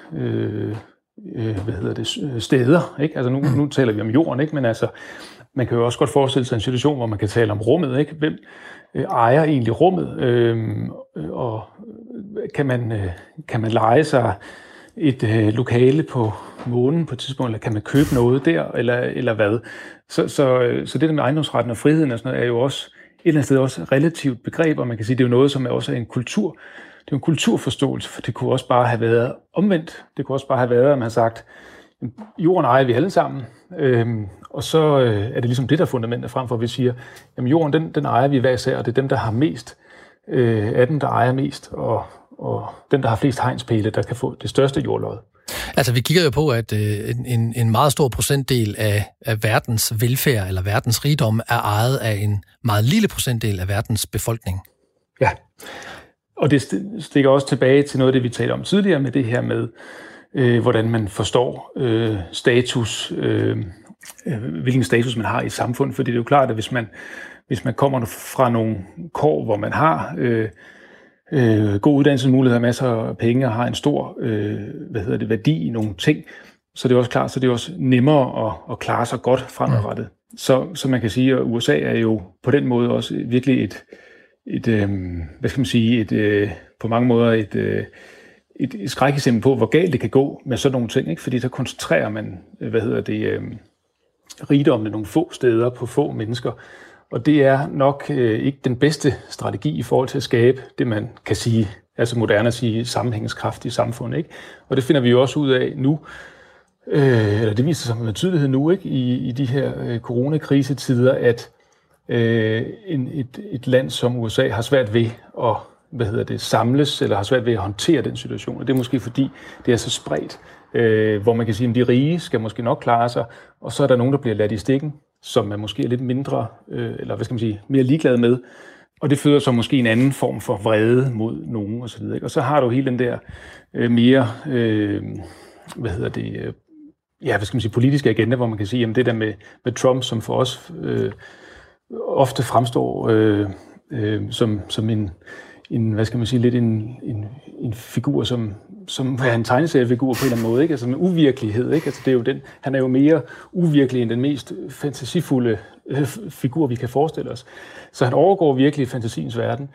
steder, ikke? Altså nu taler vi om jorden, ikke? Men altså, man kan jo også godt forestille sig en situation, hvor man kan tale om rummet, ikke? Hvem ejer egentlig rummet? Og kan man leje sig et lokale på månen på et tidspunkt, eller kan man købe noget der, eller hvad? Så det der med ejendomsretten og friheden og sådan noget, er jo også et eller andet sted også relativt begreb, og man kan sige, det er jo noget, som også er en kultur. Det er en kulturforståelse, for det kunne også bare have været omvendt. Det kunne også bare have været, at man har sagt, jorden ejer vi alle sammen, og så er det ligesom det, der er fundamentet frem for, at vi siger, jamen jorden, den ejer vi hver især, og det er dem, der har mest af dem, der ejer mest, og dem, der har flest hegnspæle, der kan få det største jordlod. Altså, vi kigger jo på, at en meget stor procentdel af verdens velfærd eller verdens rigdom er ejet af en meget lille procentdel af verdens befolkning. Ja, og det stikker også tilbage til noget af det, vi talte om tidligere med det her med, hvordan man forstår status, hvilken status man har i et samfund. Fordi det er jo klart, at hvis man kommer fra nogle kår, hvor man har gode uddannelsesmuligheder, masser af penge og har en stor værdi i nogle ting, så det er også klart, så det er også nemmere at klare sig godt fremadrettet. Så man kan sige, at USA er jo på den måde også virkelig et hvad skal man sige, på mange måder et skrækeksempel på, hvor galt det kan gå med sådan nogle ting, ikke? Fordi så koncentrerer man, rigdommene nogle få steder på få mennesker, og det er nok ikke den bedste strategi i forhold til at skabe det, man kan sige, altså moderne at sige, sammenhængskraft i samfundet, ikke? Og det finder vi jo også ud af nu, eller det viser sig med tydelighed nu, ikke? I de her coronakrisetider, at et land som USA har svært ved at samles, eller har svært ved at håndtere den situation. Og det er måske fordi, det er så spredt, hvor man kan sige, at de rige skal måske nok klare sig, og så er der nogen, der bliver ladt i stikken, som man måske er lidt mindre, eller hvad skal man sige, mere ligeglad med. Og det føder så måske en anden form for vrede mod nogen osv. Og så har du hele den der mere, politiske agenda, hvor man kan sige, at det der med Trump, som for os ofte fremstår som en hvad skal man sige, lidt en figur, som er en tegneseriefigur på en eller anden måde, ikke? Altså med uvirkelighed, ikke? Altså det er jo han er jo mere uvirkelig end den mest fantasifulde figur, vi kan forestille os. Så han overgår virkelig fantasiens verden.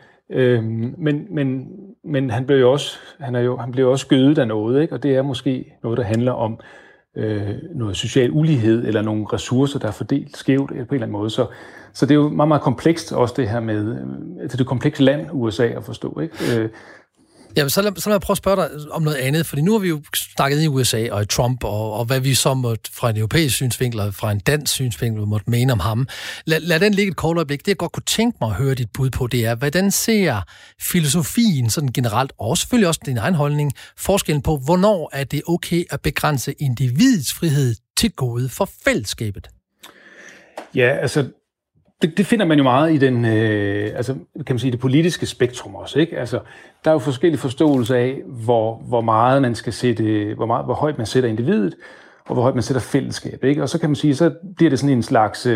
Men han blev jo også gødet af noget, ikke? Og det er måske noget, der handler om noget social ulighed, eller nogle ressourcer, der er fordelt skævt på en eller anden måde. Så det er jo meget, meget komplekst også det her med, altså det komplekse land, USA, at forstå, ikke? Ja, så lad mig prøve at spørge dig om noget andet, fordi nu har vi jo snakket i USA og i Trump, og hvad vi så måtte fra en europæisk synsvinkel og fra en dansk synsvinkel måtte mene om ham. Lad den ligge et kort øjeblik. Det jeg godt kunne tænke mig at høre dit bud på, det er, hvordan ser filosofien sådan generelt, og selvfølgelig også din egen holdning, forskellen på, hvornår er det okay at begrænse individets frihed til gode for fællesskabet? Ja, altså det finder man jo meget i den, kan man sige, det politiske spektrum også, ikke? Altså, der er jo forskellige forståelser af, hvor meget man skal sætte, hvor højt man sætter individet, og hvor højt man sætter fællesskab, ikke? Og så kan man sige, så bliver det sådan en slags,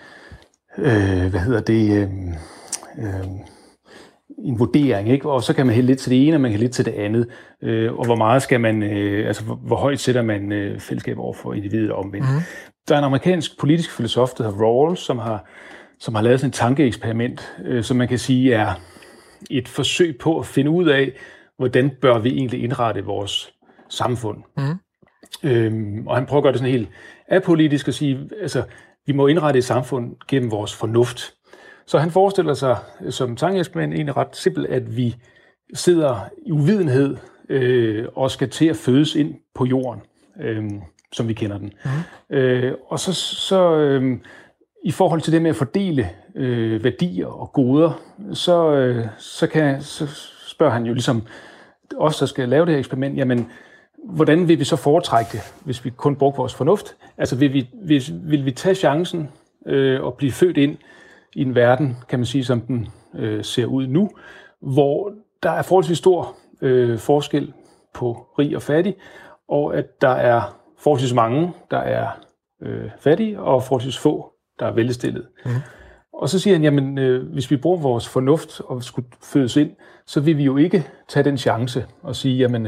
en vurdering, ikke? Og så kan man hælde lidt til det ene, og man kan lidt til det andet. Og hvor meget skal man, hvor højt sætter man fællesskab over for individet og omvendt. Mm. Der er en amerikansk politisk filosof, der hedder Rawls, som har lavet sådan et tankeeksperiment, som man kan sige er et forsøg på at finde ud af, hvordan bør vi egentlig indrette vores samfund. Mm. Og han prøver at gøre det sådan helt apolitisk og sige, altså, vi må indrette et samfund gennem vores fornuft. Så han forestiller sig som tankeeksperiment egentlig ret simpelt, at vi sidder i uvidenhed og skal til at fødes ind på jorden, som vi kender den. Mm. Og så i forhold til det med at fordele værdier og goder, så spørger han jo ligesom os, der skal lave det her eksperiment, jamen, hvordan vil vi så foretrække det, hvis vi kun bruger vores fornuft? Altså, vil vi tage chancen og blive født ind i en verden, kan man sige, som den ser ud nu, hvor der er forholdsvis stor forskel på rig og fattig, og at der er forholdsvis mange, der er fattige, og forholdsvis få, der er velstillet. Mm. Og så siger han, jamen, hvis vi bruger vores fornuft og skulle fødes ind, så vil vi jo ikke tage den chance og sige, jamen,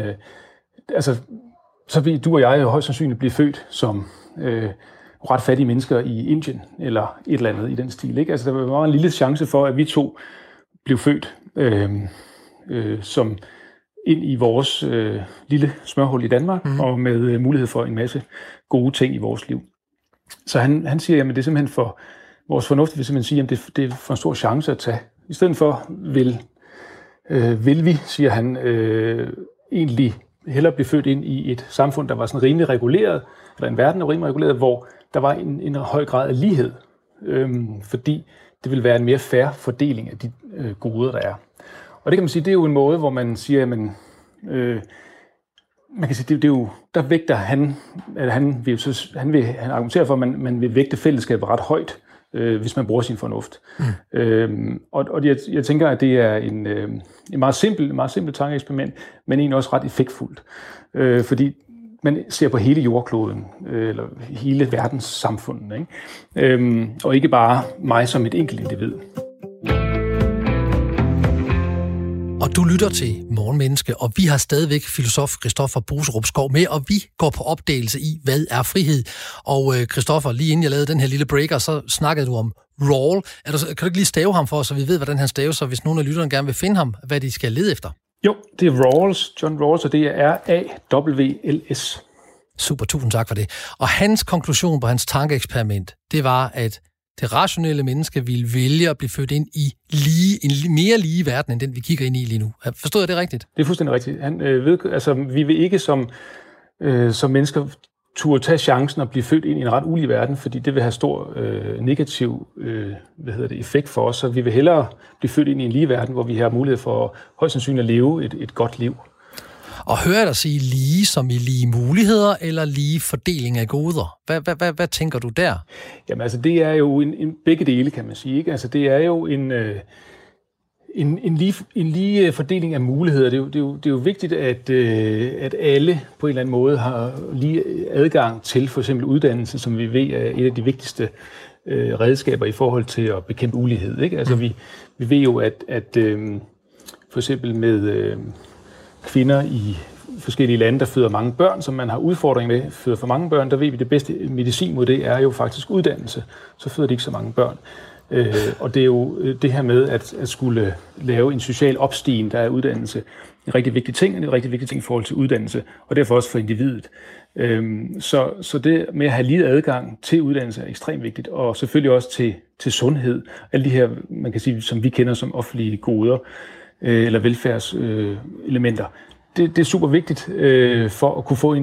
så vil du og jeg jo højst sandsynligt blive født som ret fattige mennesker i Indien, eller et eller andet i den stil. Ikke? Altså, der var en lille chance for, at vi to blev født som ind i vores lille smørhul i Danmark, og med mulighed for en masse gode ting i vores liv. Så han siger, jamen det er simpelthen for vores fornuft, vil simpelthen sige, at det er for en stor chance at tage. I stedet for vil vi, siger han, egentlig hellere blive født ind i et samfund, der var sådan rimelig reguleret, eller en verden, der var rimelig reguleret, hvor der var en høj grad af lighed, fordi det vil være en mere fair fordeling af de goder, der er. Og det kan man sige, det er jo en måde, hvor man siger, at man kan sige, det er jo, der vægter han argumenterer for, at man vil vægte fællesskabet ret højt, hvis man bruger sin fornuft. Og jeg tænker, at det er en meget simpel tankeeksperiment, men egentlig også ret effektfuldt. Fordi man ser på hele jordkloden, eller hele verdens samfund, ikke? Og ikke bare mig som et enkelt individ. Og du lytter til Morgenmenneske, og vi har stadigvæk filosof Christoffer Boserup Skov med, og vi går på opdagelse i, hvad er frihed. Og Christoffer, lige inden jeg lavede den her lille breaker, så snakkede du om Rawls. Kan du ikke lige stave ham for os, så vi ved, hvordan han staver, så hvis nogen af lytterne gerne vil finde ham, hvad de skal lede efter? Jo, det er Rawls, John Rawls, og det er R-A-W-L-S. Super, tusind tak for det. Og hans konklusion på hans tankeeksperiment, det var, at det rationelle menneske ville vælge at blive født ind i en mere lige verden, end den vi kigger ind i lige nu. Forstod jeg det rigtigt? Det er fuldstændig rigtigt. Vi vil ikke som mennesker turde tage chancen at blive født ind i en ret ulige verden, fordi det vil have stor negativ effekt for os. Så vi vil hellere blive født ind i en lige verden, hvor vi har mulighed for højst sandsynligt at leve et godt liv. Og hører jeg dig sige lige som i lige muligheder, eller lige fordeling af goder? Hvad tænker du der? Jamen altså, det er jo en begge dele, kan man sige. Ikke? Altså, det er jo en lige fordeling af muligheder. Det er jo vigtigt, at alle på en eller anden måde har lige adgang til for eksempel uddannelse, som vi ved er et af de vigtigste redskaber i forhold til at bekæmpe ulighed. Ikke? Altså, vi ved jo, at for eksempel med kvinder i forskellige lande, der føder mange børn, som man har udfordring med, føder for mange børn, der ved vi, at det bedste medicin mod det er jo faktisk uddannelse. Så føder de ikke så mange børn. Og det er jo det her med at skulle lave en social opstigen, der er uddannelse, en rigtig vigtig ting, og en rigtig vigtig ting i forhold til uddannelse, og derfor også for individet. Så det med at have lige adgang til uddannelse er ekstremt vigtigt, og selvfølgelig også til sundhed. Alle de her, man kan sige, som vi kender som offentlige goder, eller velfærdselementer. Det er super vigtigt for at kunne få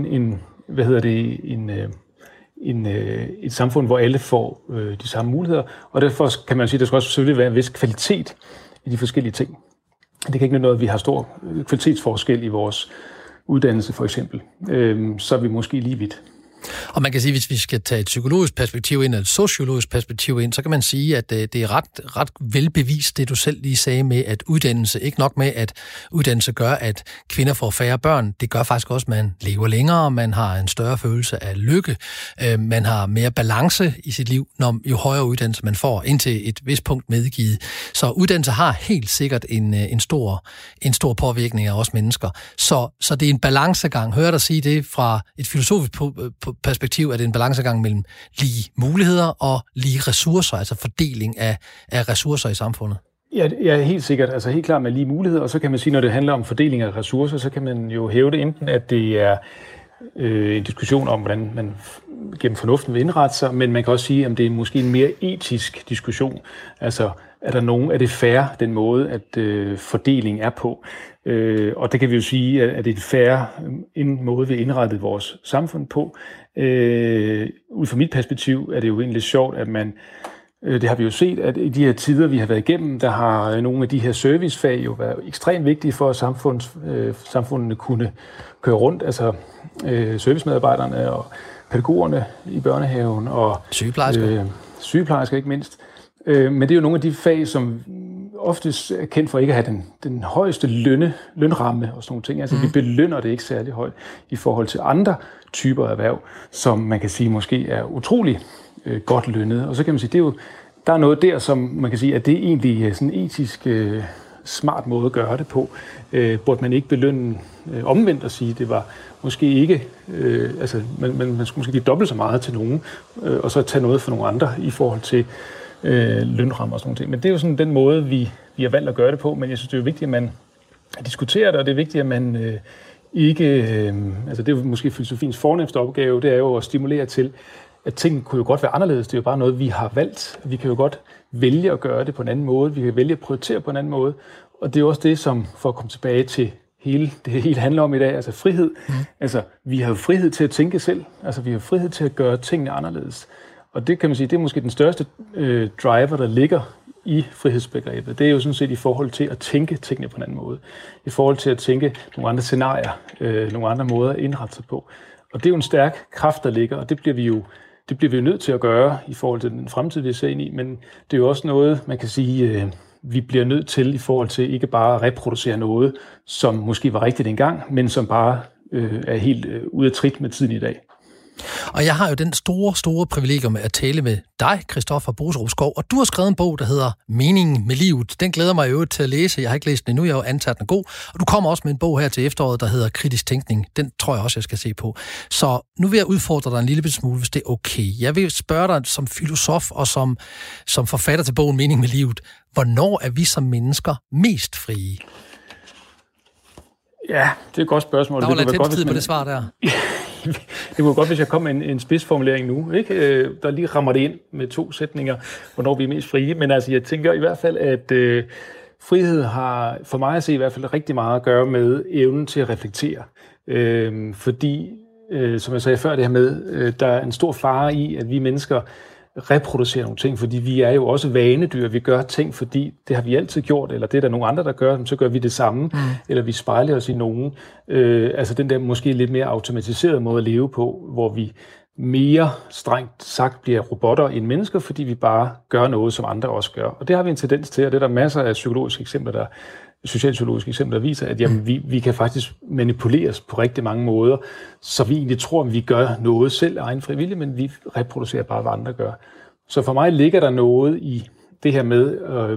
et samfund, hvor alle får de samme muligheder. Og derfor kan man sige, at der skal også selvfølgelig være en vis kvalitet i de forskellige ting. Det kan ikke noget, at vi har stor kvalitetsforskel i vores uddannelse, for eksempel. Så er vi måske lige vidt. Og man kan sige, hvis vi skal tage et psykologisk perspektiv ind, eller et sociologisk perspektiv ind, så kan man sige, at det er ret velbevist, det du selv lige sagde med, at uddannelse, ikke nok med, at uddannelse gør, at kvinder får færre børn, det gør faktisk også, at man lever længere, man har en større følelse af lykke, man har mere balance i sit liv, jo højere uddannelse man får, indtil et vist punkt medgivet. Så uddannelse har helt sikkert en stor påvirkning af os mennesker. Så det er en balancegang. Hører dig sige det fra et filosofisk perspektiv, er det en balancegang mellem lige muligheder og lige ressourcer, altså fordeling af ressourcer i samfundet? Ja, helt sikkert. Altså helt klart med lige muligheder, og så kan man sige, når det handler om fordeling af ressourcer, så kan man jo hæve det enten, at det er en diskussion om, hvordan man gennem fornuften vil indrette sig, men man kan også sige, at det er måske en mere etisk diskussion. Altså, er det fair, den måde, at fordeling er på? Og det kan vi jo sige, at det er fair en måde, vi har indrettet vores samfund på. Ud fra mit perspektiv er det jo egentlig lidt sjovt, at det har vi jo set, at i de her tider, vi har været igennem, der har nogle af de her servicefag jo været ekstremt vigtige for, at samfundene kunne køre rundt. Altså servicemedarbejderne og pædagogerne i børnehaven og sygeplejersker ikke mindst. Men det er jo nogle af de fag, som oftest er kendt for ikke at have den højeste lønramme og sådan nogle ting. Altså vi belønner det ikke særlig højt i forhold til andre typer erhverv, som man kan sige måske er utrolig godt lønnet. Og så kan man sige, det der er noget der, som man kan sige, at det er egentlig sådan en etisk smart måde at gøre det på. Burde man ikke belønne omvendt og sige, det var måske ikke, man skulle måske give dobbelt så meget til nogen, og så tage noget for nogle andre i forhold til lønrammer og sådan noget. Men det er jo sådan den måde, vi har valgt at gøre det på, men jeg synes, det er jo vigtigt, at man diskuterer det, og det er vigtigt, at man ikke, det er jo måske filosofiens fornemste opgave, det er jo at stimulere til, at tingene kunne jo godt være anderledes. Det er jo bare noget, vi har valgt. Vi kan jo godt vælge at gøre det på en anden måde. Vi kan vælge at prioritere på en anden måde. Og det er jo også det, som for at komme tilbage til det hele handler om i dag, altså frihed. Altså, vi har jo frihed til at tænke selv. Altså, vi har frihed til at gøre tingene anderledes. Og det kan man sige, det er måske den største driver, der ligger i frihedsbegrebet. Det er jo sådan set i forhold til at tænke tingene på en anden måde. I forhold til at tænke nogle andre scenarier, nogle andre måder at indrette sig på. Og det er jo en stærk kraft, der ligger, og det bliver vi jo nødt til at gøre i forhold til den fremtid, vi ser ind i, men det er jo også noget, man kan sige, vi bliver nødt til i forhold til ikke bare at reproducere noget, som måske var rigtigt engang, men som bare er helt ude af trit med tiden i dag. Og jeg har jo den store privilegium at tale med dig, Christoffer Boserup Skov, og du har skrevet en bog, der hedder Meningen med livet. Den glæder mig jo til at læse. Jeg har ikke læst den endnu, jeg har jo antaget den god. Og du kommer også med en bog her til efteråret, der hedder Kritisk Tænkning. Den tror jeg også, jeg skal se på. Så nu vil jeg udfordre dig en lille smule, hvis det er okay. Jeg vil spørge dig som filosof og som forfatter til bogen Meningen med livet. Hvornår er vi som mennesker mest frie? Ja, det er et godt spørgsmål. Der var lidt tid på det svar der. Det kunne godt, hvis jeg kom med en spidsformulering nu, ikke? Der lige rammer det ind med 2 sætninger, hvornår vi er mest frie. Men altså, jeg tænker i hvert fald, at frihed har for mig at se i hvert fald rigtig meget at gøre med evnen til at reflektere. Fordi, som jeg sagde før, det her med, der er en stor fare i, at vi mennesker reproducerer nogle ting, fordi vi er jo også vanedyr. Vi gør ting, fordi det har vi altid gjort, eller det er der nogle andre, der gør, så gør vi det samme, eller vi spejler os i nogen. Altså den der måske lidt mere automatiserede måde at leve på, hvor vi mere strengt sagt bliver robotter end mennesker, fordi vi bare gør noget, som andre også gør. Og det har vi en tendens til, og det er der masser af psykologiske eksempler, socialpsykologiske eksempler, der viser, at jamen, vi kan faktisk manipuleres på rigtig mange måder, så vi egentlig tror, at vi gør noget selv af egen frivillige, men vi reproducerer bare, hvad andre gør. Så for mig ligger der noget i det her med,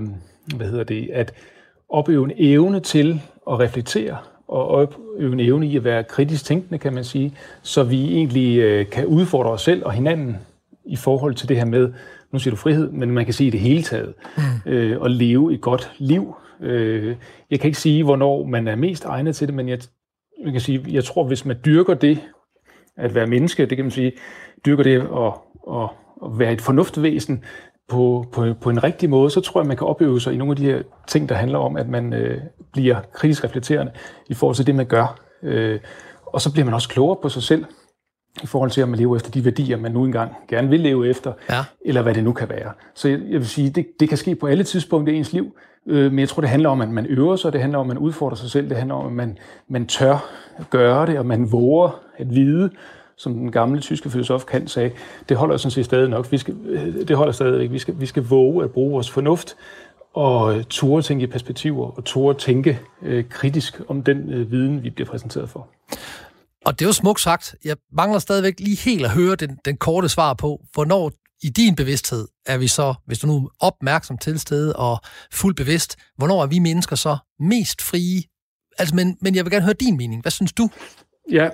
at opøve en evne til at reflektere, og opøve en evne i at være kritisk tænkende, kan man sige, så vi egentlig kan udfordre os selv og hinanden i forhold til det her med, nu siger du frihed, men man kan sige det hele taget, og leve et godt liv. Jeg kan ikke sige, hvornår man er mest egnet til det, men jeg tror, hvis man dyrker det, at være menneske, det kan man sige, dyrker det at være et fornuftvæsen på en rigtig måde, så tror jeg, man kan opøve sig i nogle af de her ting, der handler om, at man bliver kritisk reflekterende i forhold til det, man gør. Og så bliver man også klogere på sig selv, i forhold til, at man lever efter de værdier, man nu engang gerne vil leve efter, eller hvad det nu kan være. Så jeg vil sige, det kan ske på alle tidspunkter i ens liv, men jeg tror, det handler om, at man øver sig, det handler om, at man udfordrer sig selv, det handler om, at man tør gøre det, og man våger at vide, som den gamle tyske filosof Kant sagde, det holder sådan set stadig nok. Det holder stadigvæk. Vi skal våge at bruge vores fornuft, og turde tænke i perspektiver, og turde tænke kritisk om den viden, vi bliver præsenteret for. Og det er jo smukt sagt. Jeg mangler stadigvæk lige helt at høre den korte svar på, hvornår i din bevidsthed er vi så, hvis du nu er opmærksom til stede og fuldt bevidst, hvornår er vi mennesker så mest frie? Altså, men jeg vil gerne høre din mening. Hvad synes du? Ja,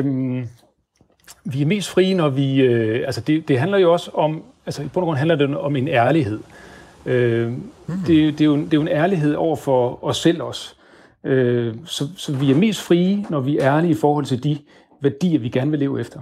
vi er mest frie, når vi... det handler jo også om... Altså, i bund og grund handler det om en ærlighed. Det er jo en ærlighed over for os selv også. Så vi er mest frie, når vi er ærlige i forhold til de værdier, vi gerne vil leve efter.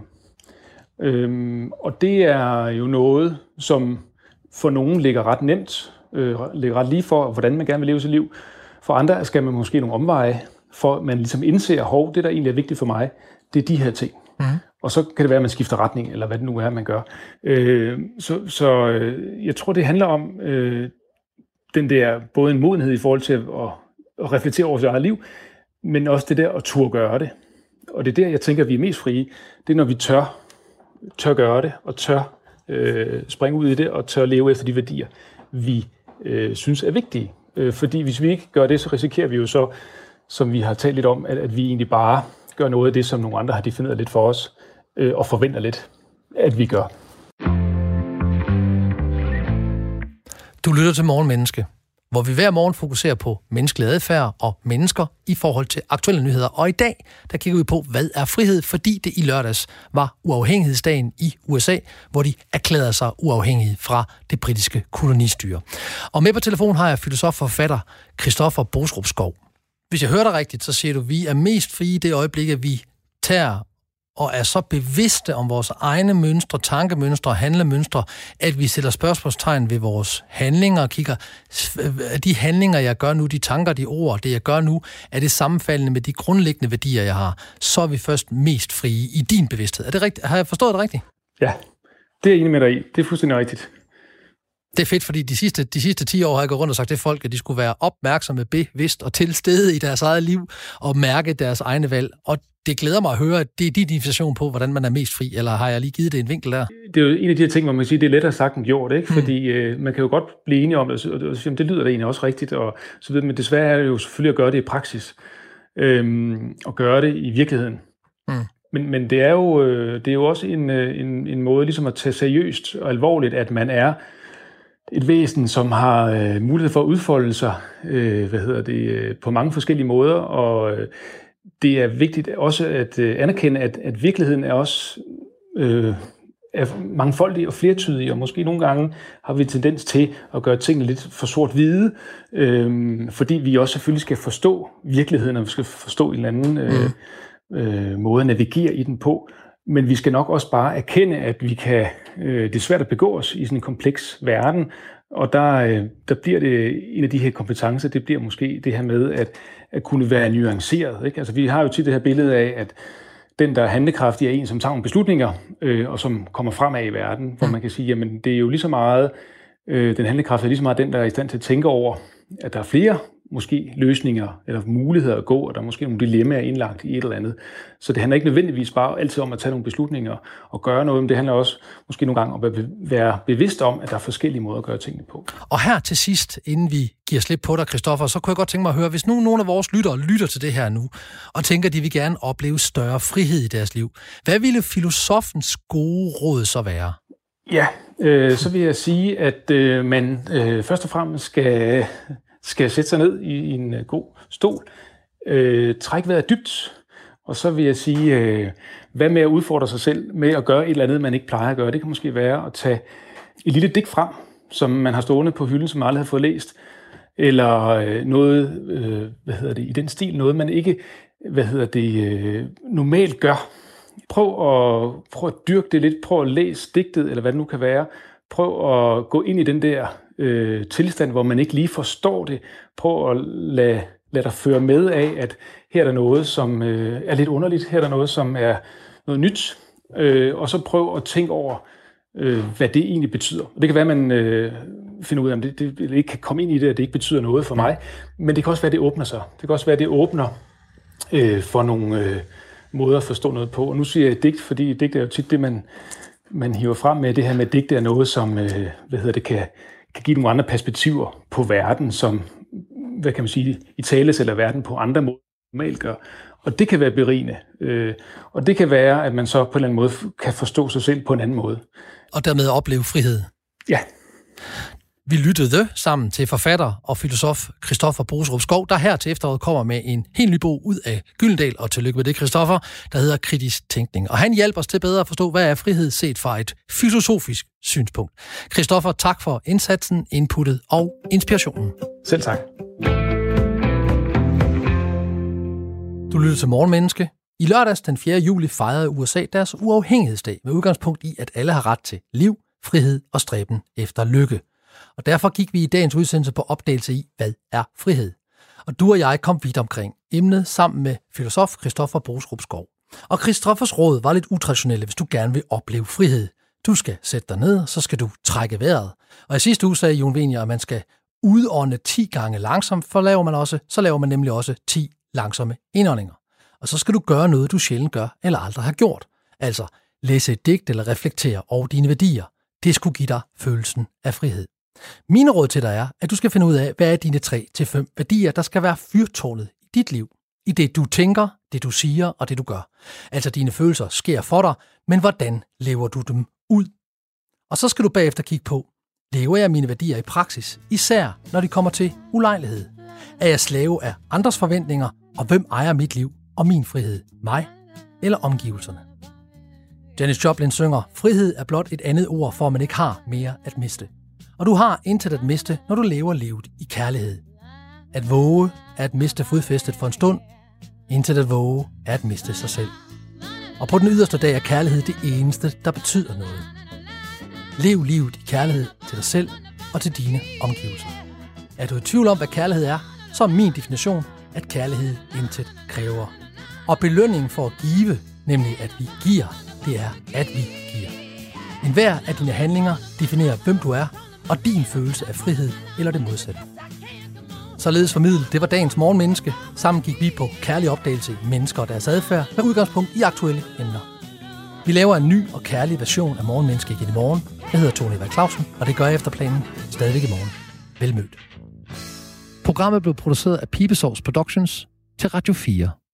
Og det er jo noget, som for nogen ligger ret nemt, ligger ret lige for, hvordan man gerne vil leve sit liv. For andre skal man måske nogle omveje, for at man ligesom indser, det der egentlig er vigtigt for mig, det er de her ting. Og så kan det være, at man skifter retning, eller hvad det nu er, man gør. Så jeg tror, det handler om den der, både en modenhed i forhold til at reflektere over sit eget liv, men også det der at turde gøre det. Og det er der, jeg tænker, at vi er mest frie. Det er, når vi tør gøre det, og tør springe ud i det, og tør leve efter de værdier, vi synes er vigtige. Fordi hvis vi ikke gør det, så risikerer vi jo så, som vi har talt lidt om, at vi egentlig bare gør noget af det, som nogle andre har defineret lidt for os, og forventer lidt, at vi gør. Du lytter til Morgenmenneske, hvor vi hver morgen fokuserer på menneskelig adfærd og mennesker i forhold til aktuelle nyheder. Og i dag, der kigger vi på, hvad er frihed, fordi det i lørdags var uafhængighedsdagen i USA, hvor de erklærede sig uafhængige fra det britiske kolonistyre. Og med på telefon har jeg filosof og forfatter Christoffer Boesrup Skov. Hvis jeg hører dig rigtigt, så siger du, at vi er mest frie i det øjeblik, at vi tager og er så bevidste om vores egne mønstre, tankemønstre og handlemønstre, at vi sætter spørgsmålstegn ved vores handlinger og kigger, de handlinger, jeg gør nu, de tanker, de ord, det jeg gør nu, er det sammenfaldende med de grundlæggende værdier, jeg har. Så er vi først mest frie i din bevidsthed. Er det rigtigt? Har jeg forstået det rigtigt? Ja, det er jeg enig med dig i. Det er fuldstændig rigtigt. Det er fedt, fordi de sidste 10 år har jeg gået rundt og sagt til folk, at de skulle være opmærksomme, bevidst og til stede i deres eget liv og mærke deres egne valg. Og det glæder mig at høre, at det er din definition på, hvordan man er mest fri, eller har jeg lige givet det en vinkel der? Det er jo en af de her ting, hvor man kan sige, det er lettere sagt end gjort, ikke? Fordi man kan jo godt blive enige om det, og sige, det lyder da egentlig også rigtigt, og så videre, men desværre er det jo selvfølgelig at gøre det i praksis, og gøre det i virkeligheden. Men det er jo også en måde ligesom at tage seriøst og alvorligt, at man er et væsen, som har mulighed for at udfolde sig, på mange forskellige måder, og det er vigtigt også at anerkende, at virkeligheden er også er mangfoldig og flertydig, og måske nogle gange har vi tendens til at gøre tingene lidt for sort-hvide, fordi vi også selvfølgelig skal forstå virkeligheden, og vi skal forstå en eller anden måde at navigere i den på. Men vi skal nok også bare erkende, at vi kan, det er svært at begå os i sådan en kompleks verden, og der bliver det en af de her kompetencer, det bliver måske det her med at kunne være nuanceret. Ikke? Altså, vi har jo tit det her billede af, at den, der er handlekraftig, er en, som tager nogle beslutninger, og som kommer fremad i verden, hvor man kan sige, jamen det er jo lige så meget, den handlekraft er lige så meget den, der er i stand til at tænke over, at der er flere måske løsninger eller muligheder at gå, og der er måske nogle dilemmaer indlagt i et eller andet. Så det handler ikke nødvendigvis bare altid om at tage nogle beslutninger og gøre noget, men det handler også måske nogle gange om at være bevidst om, at der er forskellige måder at gøre tingene på. Og her til sidst, inden vi giver slip på dig, Christoffer, så kunne jeg godt tænke mig at høre, hvis nu nogle af vores lyttere lytter til det her nu, og tænker, at de vil gerne opleve større frihed i deres liv, hvad ville filosofens gode råd så være? Ja, så vil jeg sige, at man først og fremmest skal sætte sig ned i en god stol, træk vejret dybt, og så vil jeg sige, hvad med at udfordre sig selv med at gøre et eller andet, man ikke plejer at gøre. Det kan måske være at tage et lille digt frem, som man har stående på hylden, som man aldrig har fået læst, eller noget, i den stil, noget man ikke, normalt gør. Prøv at dyrke det lidt, prøv at læse digtet, eller hvad det nu kan være. Prøv at gå ind i den der tilstand, hvor man ikke lige forstår det. Prøv at lade dig føre med af, at her er der noget, som er lidt underligt. Her er der noget, som er noget nyt. Og så prøv at tænke over, hvad det egentlig betyder. Det kan være, at man finder ud af, om det ikke kan komme ind i det, at det ikke betyder noget for mig. Men det kan også være, at det åbner sig. Det kan også være, at det åbner for nogle måder at forstå noget på. Og nu siger jeg digt, fordi digt er jo tit det, man hiver frem med. Det her med digt er noget, som kan give nogle andre perspektiver på verden, som, i talesætter verden på andre måder, normalt gør. Og det kan være berigende. Og det kan være, at man så på en eller anden måde kan forstå sig selv på en anden måde. Og dermed opleve frihed. Ja. Vi lyttede sammen til forfatter og filosof Christoffer Boesrup Skov, der her til efteråret kommer med en helt ny bog ud af Gyldendal, og tillykke med det, Christoffer, der hedder Kritisk Tænkning. Og han hjælper os til bedre at forstå, hvad er frihed set fra et filosofisk synspunkt. Christoffer, tak for indsatsen, inputtet og inspirationen. Selv tak. Du lytter til Morgenmenneske. I lørdags den 4. juli fejrede USA deres uafhængighedsdag med udgangspunkt i, at alle har ret til liv, frihed og stræben efter lykke. Og derfor gik vi i dagens udsendelse på opdagelse i, hvad er frihed? Og du og jeg kom vidt omkring emnet sammen med filosof Christoffer Boesrup Skov. Og Christoffers råd var lidt utraditionelle, hvis du gerne vil opleve frihed. Du skal sætte dig ned, så skal du trække vejret. Og i sidste uge sagde Jon Venier, at man skal udånde 10 gange langsomt, så laver man nemlig også 10 langsomme indåndinger. Og så skal du gøre noget, du sjældent gør eller aldrig har gjort. Altså læse et digt eller reflektere over dine værdier. Det skulle give dig følelsen af frihed. Mine råd til dig er, at du skal finde ud af, hvad er dine 3-5 værdier, der skal være fyrtårnet i dit liv. I det, du tænker, det du siger og det du gør. Altså dine følelser sker for dig, men hvordan lever du dem ud? Og så skal du bagefter kigge på, Lever jeg mine værdier i praksis, især når de kommer til ulejlighed? Er jeg slave af andres forventninger, og hvem ejer mit liv og min frihed? Mig eller omgivelserne? Janis Joplin synger, frihed er blot et andet ord for, at man ikke har mere at miste. Og du har intet at miste, når du lever livet i kærlighed. At våge er at miste fodfæstet for en stund, intet at våge er at miste sig selv. Og på den yderste dag er kærlighed det eneste, der betyder noget. Lev livet i kærlighed til dig selv og til dine omgivelser. Er du i tvivl om, hvad kærlighed er, så er min definition, at kærlighed intet kræver. Og belønningen for at give, nemlig at vi giver, det er, at vi giver. En hver af dine handlinger definerer, hvem du er, og din følelse af frihed eller det modsatte. Således formidlet, det var dagens morgenmenneske. Sammen gik vi på kærlig opdagelse i mennesker og deres adfærd med udgangspunkt i aktuelle emner. Vi laver en ny og kærlig version af Morgenmenneske igen i morgen. Jeg hedder Tony Eva Clausen, og det gør jeg efter planen stadigvæk i morgen. Velmødt. Programmet blev produceret af Pibesovs Productions til Radio 4.